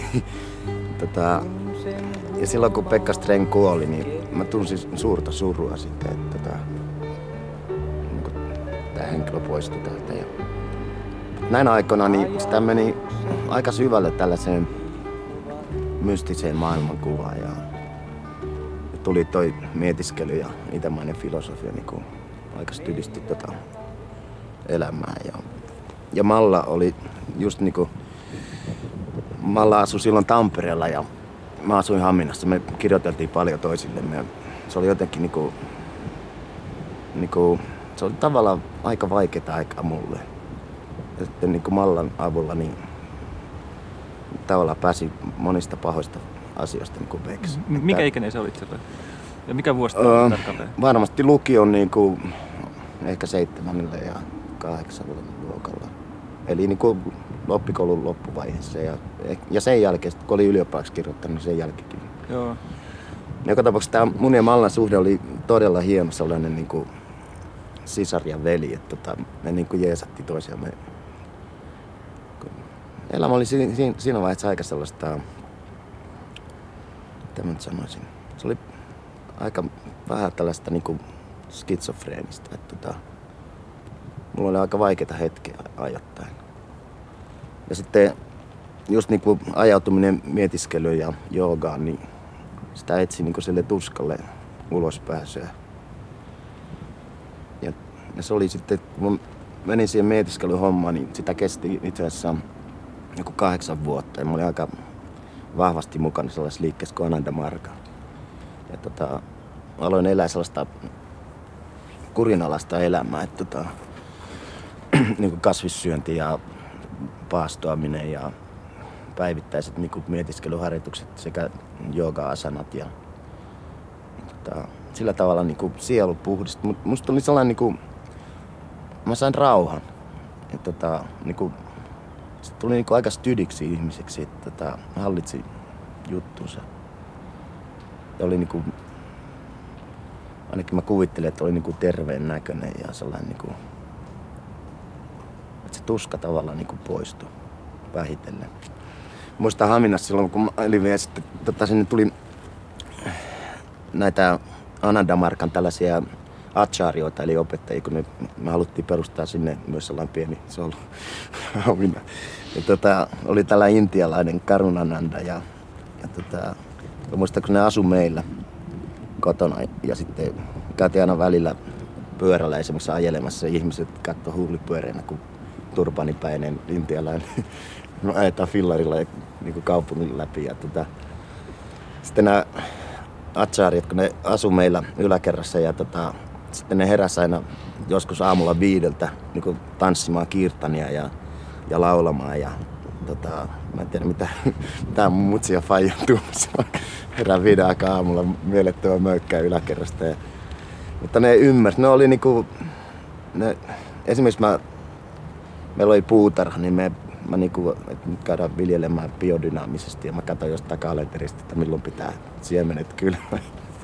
ja silloin kun Pekka Streng kuoli, niin mä tunsin suurta surua siitä, että niin tämä henkilö poistui täältä. Ja näinä aikoina niin sitä meni aika syvälle tällaiseen mystiseen maailmankuvaan ja tuli toi mietiskely ja itämainen filosofia niin kuin aika stydisti tota elämää. Ja Malla oli just niinku, Malla asui silloin Tampereella ja mä asuin Haminassa. Me kirjoiteltiin paljon toisillemme. Se oli jotenkin niinku se oli tavallaan aika vaikeaa aikaa mulle. Ja sitten niinku Mallan avulla niin tavallaan pääsi monista pahoista asioista niinku veksi. Mikä ikäinen sä olit silloin? Ja mikä vuosi tarkalleen? Varmasti lukion niinku ehkä 7. ja 8. luokalla. Eli niinku oppikoulun loppuvaiheessa ja sen jälkeen, kun oli ylioppaaksi kirjoittanut, niin sen jälkeenkin. Joo. Joka tapauksessa tämä mun ja Mallan suhde oli todella hieno sellainen niinku sisar ja veli, että me niinku jeesattiin toisiamme. Elämä oli siinä vaiheessa aika sellaista, mitä mä nyt sanoisin, se oli aika vähän tällaista niinku skitsofreenista, että mulla oli aika vaikeita hetkiä ajoittain. Ja sitten just niinku ajautuminen mietiskelyyn ja joogaan, niin sitä etsi niinku sille tuskalle ulospääsyä. Ja se oli sitten, kun menin siihen mietiskelyhommaan, niin sitä kesti itse asiassa joku 8 vuotta. Ja mä olin aika vahvasti mukana sellaisessa liikkeessä kuin Ananda Marga. Ja aloin elää sellaista kurinalaista elämää, että niin kasvissyönti ja paastoaminen ja päivittäiset niin mietiskelyharjoitukset sekä jooga-asanat ja sillä tavalla niin sielu puhdistui. Musta oli sellainen, niin kuin, mä sain rauhan. Ja niin se tuli niin aika stydiksi ihmiseksi, että hallitsi juttunsa. Ja oli niin kuin, ainakin mä kuvittelin, että oli niin kuin terveen näköinen ja sellainen niin kuin, että se tuska tavallaan niin kuin poistui vähitellen. Muistan Haminassa silloin, kun mä olin vielä sitten, sinne tuli näitä Ananda Margan tällaisia acharyoita, eli opettajia, kun me haluttiin perustaa sinne myös sellainen pieni solu Hamina. Ja oli tällainen intialainen Karunananda ja muistan, kun ne asui meillä kotona ja sitten käytiin aina välillä pyörällä esimerkiksi ajelemassa ja ihmiset katsoi huulipyöreinä, kun turbanipäinen intialainen ajetaan fillarilla ja niin kaupungin läpi. Ja sitten nämä acharyat, kun ne asui meillä yläkerrassa ja sitten ne heräsi aina joskus aamulla 5 niin tanssimaan kirtania ja laulamaan. Ja, mä en tiedä mitä mun mutsi ja faija tuomassa. Herään 5 aikaa aamulla mielettömän möykkää yläkerrasta. Mutta ne ymmärsi. Ne oli niinku, esimerkiksi meillä oli puutarha, niin mä niinku, että nyt käydään viljelemään biodynaamisesti ja mä katsoin jostain kalenterista, että milloin pitää siemenet kylmää.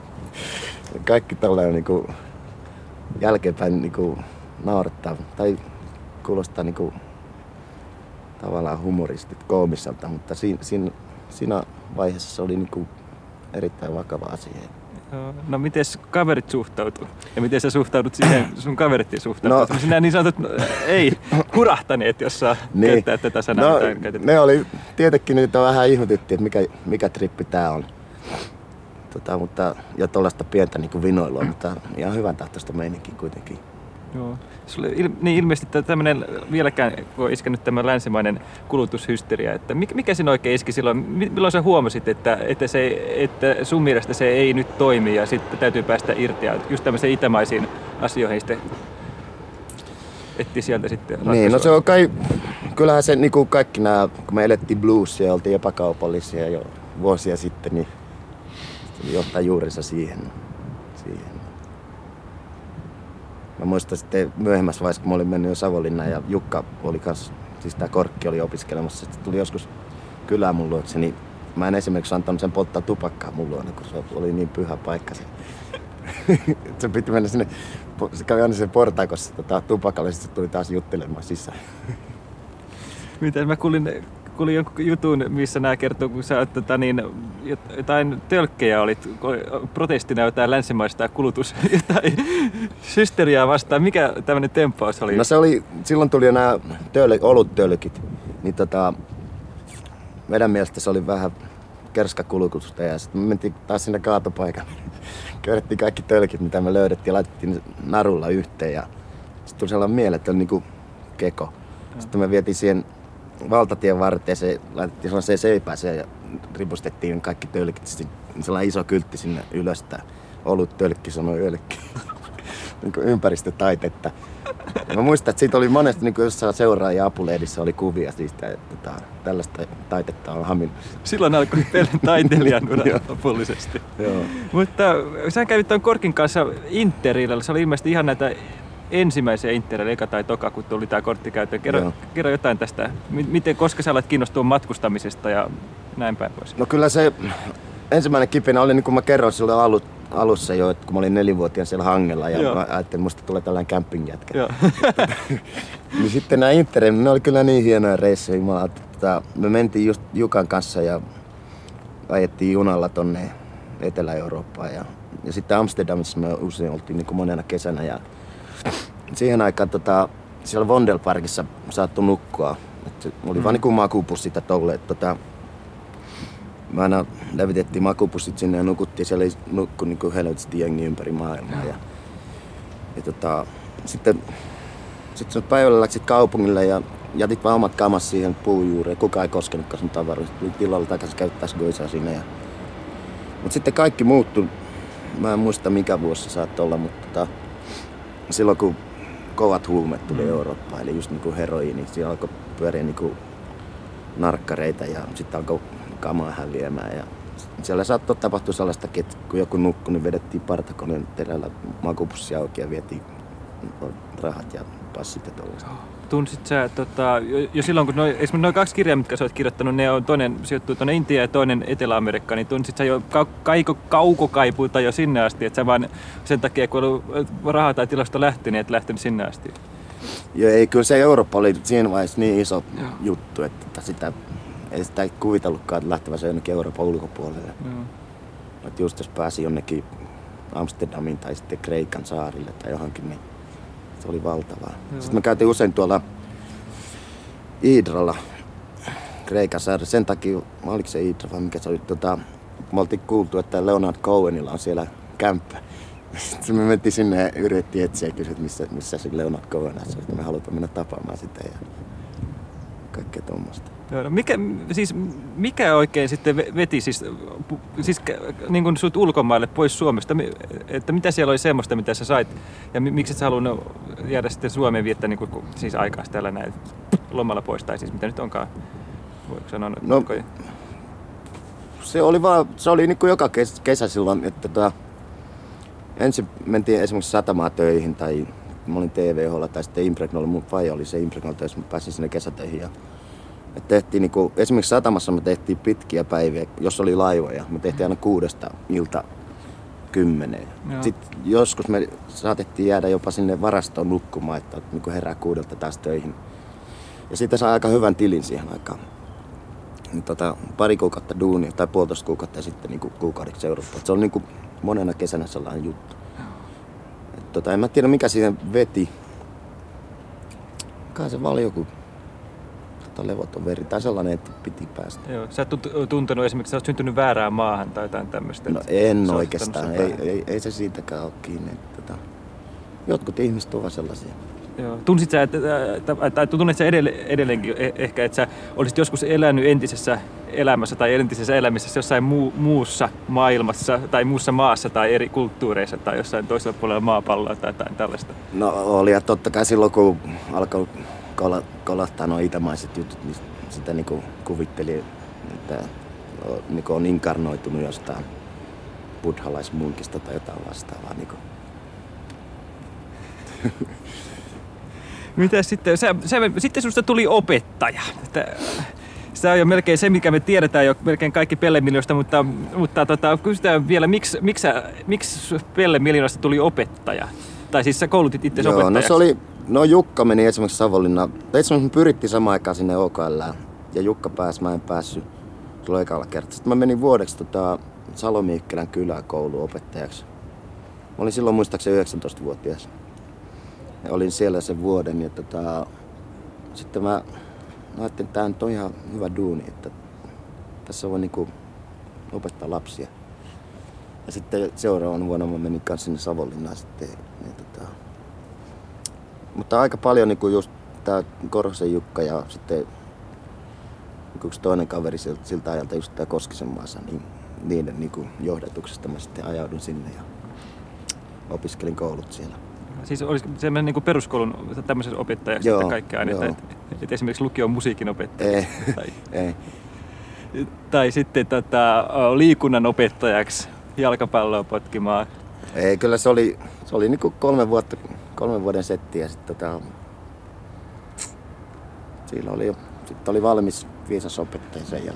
Kaikki tällainen niinku jälkeenpäin niinku naurattaa tai kuulostaa niinku tavallaan humoristit koomiselta, mutta siinä vaiheessa se oli niinku erittäin vakava asia. No miten kaverit suhtautuu? Ja miten sä suhtaudut siihen, sun kaverit suhtautuu? No, sinä niin sanotut, ei kurahtaneet, jos saa käyttää tätä sanaa. No, ne oli, tietenkin niitä vähän ihmetyttiin, että mikä trippi tää on. ja tuollaista pientä niin kuin vinoilua, mutta ihan hyvän tahtoista meininkin kuitenkin. Joo. Niin ilmeisesti tämmöinen vieläkään, kun on iskenyt tämä länsimainen kulutushysteria, että mikä siinä oikein iski silloin? Milloin sä huomasit, että sun mielestä se ei nyt toimi ja sitten täytyy päästä irti ja just tämmöisiin itämaisiin asioihin sitten etsiä sieltä sitten ratkaisua? Niin, no se on kyllähän se niin kuin kaikki nämä, kun me elettiin bluesia ja oltiin epäkaupallisia jo vuosia sitten, niin se johtaa juurensa siihen. Mä muistan sitten myöhemmässä vaiheessa, kun mä olin mennyt jo Savonlinnaan ja Jukka oli kanssa, siis tää Korkki oli opiskelemassa. Sitten tuli joskus kylään mun luokse, niin mä en esimerkiksi antanut sen polttaa tupakkaa mun luona, kun se oli niin pyhä paikka. Se piti mennä sinne, se kävi aina sen portaikossa tupakalle ja sitten se tuli taas juttelemaan sisään. Miten mä kuulin jonkun jutun, missä nämä kertoo, kun sä jotain tölkkejä olit protestina jotain länsimaista jotain hysteriaa vastaan. Mikä tämmöinen tempaus oli? No se oli, silloin tuli jo nämä oluttölkit, niin meidän mielestä se oli vähän kerskakulutusta ja sitten me mentiin taas sinne kaatopaikalle. Köydettiin kaikki tölkit, mitä me löydettiin ja laitettiin narulla yhteen ja sitten tuli sellainen mieletön niin kuin keko. Sitten me vietiin siihen valtatien varteeseen, laitettiin sellaiseen seipääseen ja ripustettiin kaikki tölkit. Sellainen iso kyltti sinne ylös, olut tölkki sanoi jollekin. Niin ympäristötaitetta. Ja mä muistan, että siitä oli monesti niin jossain seuraaja apulehdissä oli kuvia siitä, että tällaista taitetta on Hamin. Silloin alkoi Pellen taiteilijan ura lopullisesti. Joo. Mutta sä kävit tuon Korkin kanssa Interillä, se oli ilmeisesti ihan näitä ensimmäisiä Interillä, eka tai toka, kun tuli tää kortti käyttöön. Kerro jotain tästä, koska sä alat kiinnostua matkustamisesta ja näin päin pois. No kyllä se ensimmäinen kipinä oli, niin kuin mä kerroin silloin alussa jo, että kun mä olin 4-vuotiaan siellä hangella ja mä ajattelin, että musta tulee tällainen camping-jätkä. Niin sitten nämä Interit, ne oli kyllä niin hienoja reissuja. Me mentiin just Jukan kanssa ja ajettiin junalla tonne Etelä-Eurooppaan ja sitten Amsterdamissa me usein oltiin niin kuin monena kesänä ja siihen aikaan siellä Vondelparkissa saattoi nukkua. Oli vaan niin kuin makupussit ja tolle. Me aina levitettiin makupussit sinne ja nukuttiin. Siellä ei nukku niin kuin helvetisti jengi ympäri maailmaa. Sitten päivällä läksit kaupungille ja jätit vaan omat kamas siihen puun juureen. Kukaan ei koskenutkaan sun tavaroista. Tuli tilalla takaisin käyttäisi goisaa sinne. Mutta sitten kaikki muuttui. Mä en muista mikä vuosi se saattoi olla, mutta silloin kun kovat huumeet tuli Eurooppaan, eli just niinku heroiini, siellä alkoi pyöriä niinku narkkareita ja sitten alkoi kamaa häviämään. Ja siellä saattoi tapahtua sellaistakin, että kun joku nukkui, niin vedettiin partakoneen terällä makupussi auki ja vietiin rahat ja passit ja tollaista. Tunsit sä, jo silloin kun esimerkiksi noin 2 kirjaa, mitkä sä oot kirjoittanut, ne on toinen sijoittuu tuonne Intiaan ja toinen Etelä-Amerikkaan, niin tunsit sä jo kaukokaipuuta jo sinne asti, että sä vaan sen takia, kun ollut rahaa tai tilasta lähti, niin et lähtenyt sinne asti? Joo, ei, kyllä se Eurooppa oli siinä vaiheessa niin iso juttu, että ei sitä kuvitellutkaan lähtevänsä jonnekin Euroopan ulkopuolelle. Että just jos pääsi jonnekin Amsterdamiin tai sitten Kreikan saarille tai johonkin, niin se oli valtavaa. Sitten me käytiin usein tuolla Idralla, Kreikan saarella. Sen takia, oliko se Idra vai mikä se oli, me oltiin kuultu, että Leonard Cohenilla on siellä kämppä. Sitten me mentiin sinne ja yritettiin etsiä ja kysyä, missä se Leonard Cohen on. Me halutaan mennä tapaamaan sitä ja kaikkea tuommoista. Mikä oikein sitten veti siis niin kuin sut ulkomaille pois Suomesta? Että mitä siellä oli semmoista, mitä sä sait? Ja miksi et sä halunnut jäädä sitten Suomeen viettää niin kuin, siis aikaa täällä näin lomalla pois? Tai siis mitä nyt onkaan? Voiko sanoa? No, se oli niin kuin joka kesä silloin, että ensin mentiin esimerkiksi satamaan töihin tai mä olin TVH:lla tai sitten Impregnolla, mun faija oli se Impregnolla töissä, mä pääsin sinne kesätöihin. Tehtiin niinku, esimerkiksi satamassa me tehtiin pitkiä päiviä, jos oli laivoja. Me tehtiin aina 6:00 ilta 10:00. Sitten joskus me saatettiin jäädä jopa sinne varastoon nukkumaan, että niinku herää 6:00 taas töihin. Ja siitä sai aika hyvän tilin siihen aikaan. Pari kuukautta duunia tai 1,5 kuukautta ja sitten niinku kuukaudeksi Eurooppaan. Se oli niinku monena kesänä sellainen juttu. En mä tiedä mikä siihen veti. Kai se vaan joku semmoista levoton veri tai sellainen, että piti päästä. Joo. Sä et tuntenut esimerkiksi, että sä oot syntynyt väärään maahan tai jotain tämmöistä? No en oikeastaan, ei se siitäkään ole kiinni. Jotkut ihmiset ovat sellaisia. Joo. Tunsit sä, tai tunnet sä edelleenkin ehkä, että sä olisit joskus elänyt entisessä elämässä tai entisessä elämässä jossain muussa maailmassa tai muussa maassa tai eri kulttuureissa tai jossain toisella puolella maapalloa tai jotain tällaista? No oli, ja totta kai silloin kun alkoi kolahtaa nuo itämaiset jutut, niin sitä niinku kuvitteli, että niinku on inkarnoitunut jostain buddhalaismunkista tai jotain vastaavaa. Niinku. Mitä sitten? Sitten susta tuli opettaja. Se on jo melkein se, mikä me tiedetään jo melkein kaikki Pelle Miljoonasta, mutta kysytään vielä, miksi Pelle Miljoonasta tuli opettaja? Tai siis sä koulutit itse opettajaksi. Jukka meni esimerkiksi Savonlinnaan. Esimerkiksi me pyrittiin samaan aikaan sinne OKL:ään ja Jukka pääsi, mä en päässyt silloin ekalla kertaa. Sitten mä menin vuodeksi Salomiikkälän kyläkouluun opettajaksi. Mä olin silloin muistaakseni 19-vuotias. Ja olin siellä sen vuoden ja sitten mä ajattelin, että tää on ihan hyvä duuni, että tässä voi niinku opettaa lapsia. Ja sitten seuraavan vuonna mä menin kanssa sinne Savonlinnaan sitten. Mutta aika paljon niinku just tää Korhosen Jukka ja sitten yksi toinen kaveri siltä ajalta, just tää Koskisen Maassa, niin niiden niinku johdatuksesta mä sitten ajaudun sinne ja opiskelin koulut siellä. Siis olisi semmoinen niin kuin peruskoulun tämmöisen opettajaksi, että kaikkea aineita, että esimerkiksi lukion musiikin opettajaksi. Ei. Tai sitten liikunnan opettajaksi jalkapalloa potkimaan. Ei, kyllä se oli niin kuin 3 vuoden setti ja sitten siinä oli jo, sitten oli valmis viisas opettaja sen jälkeen.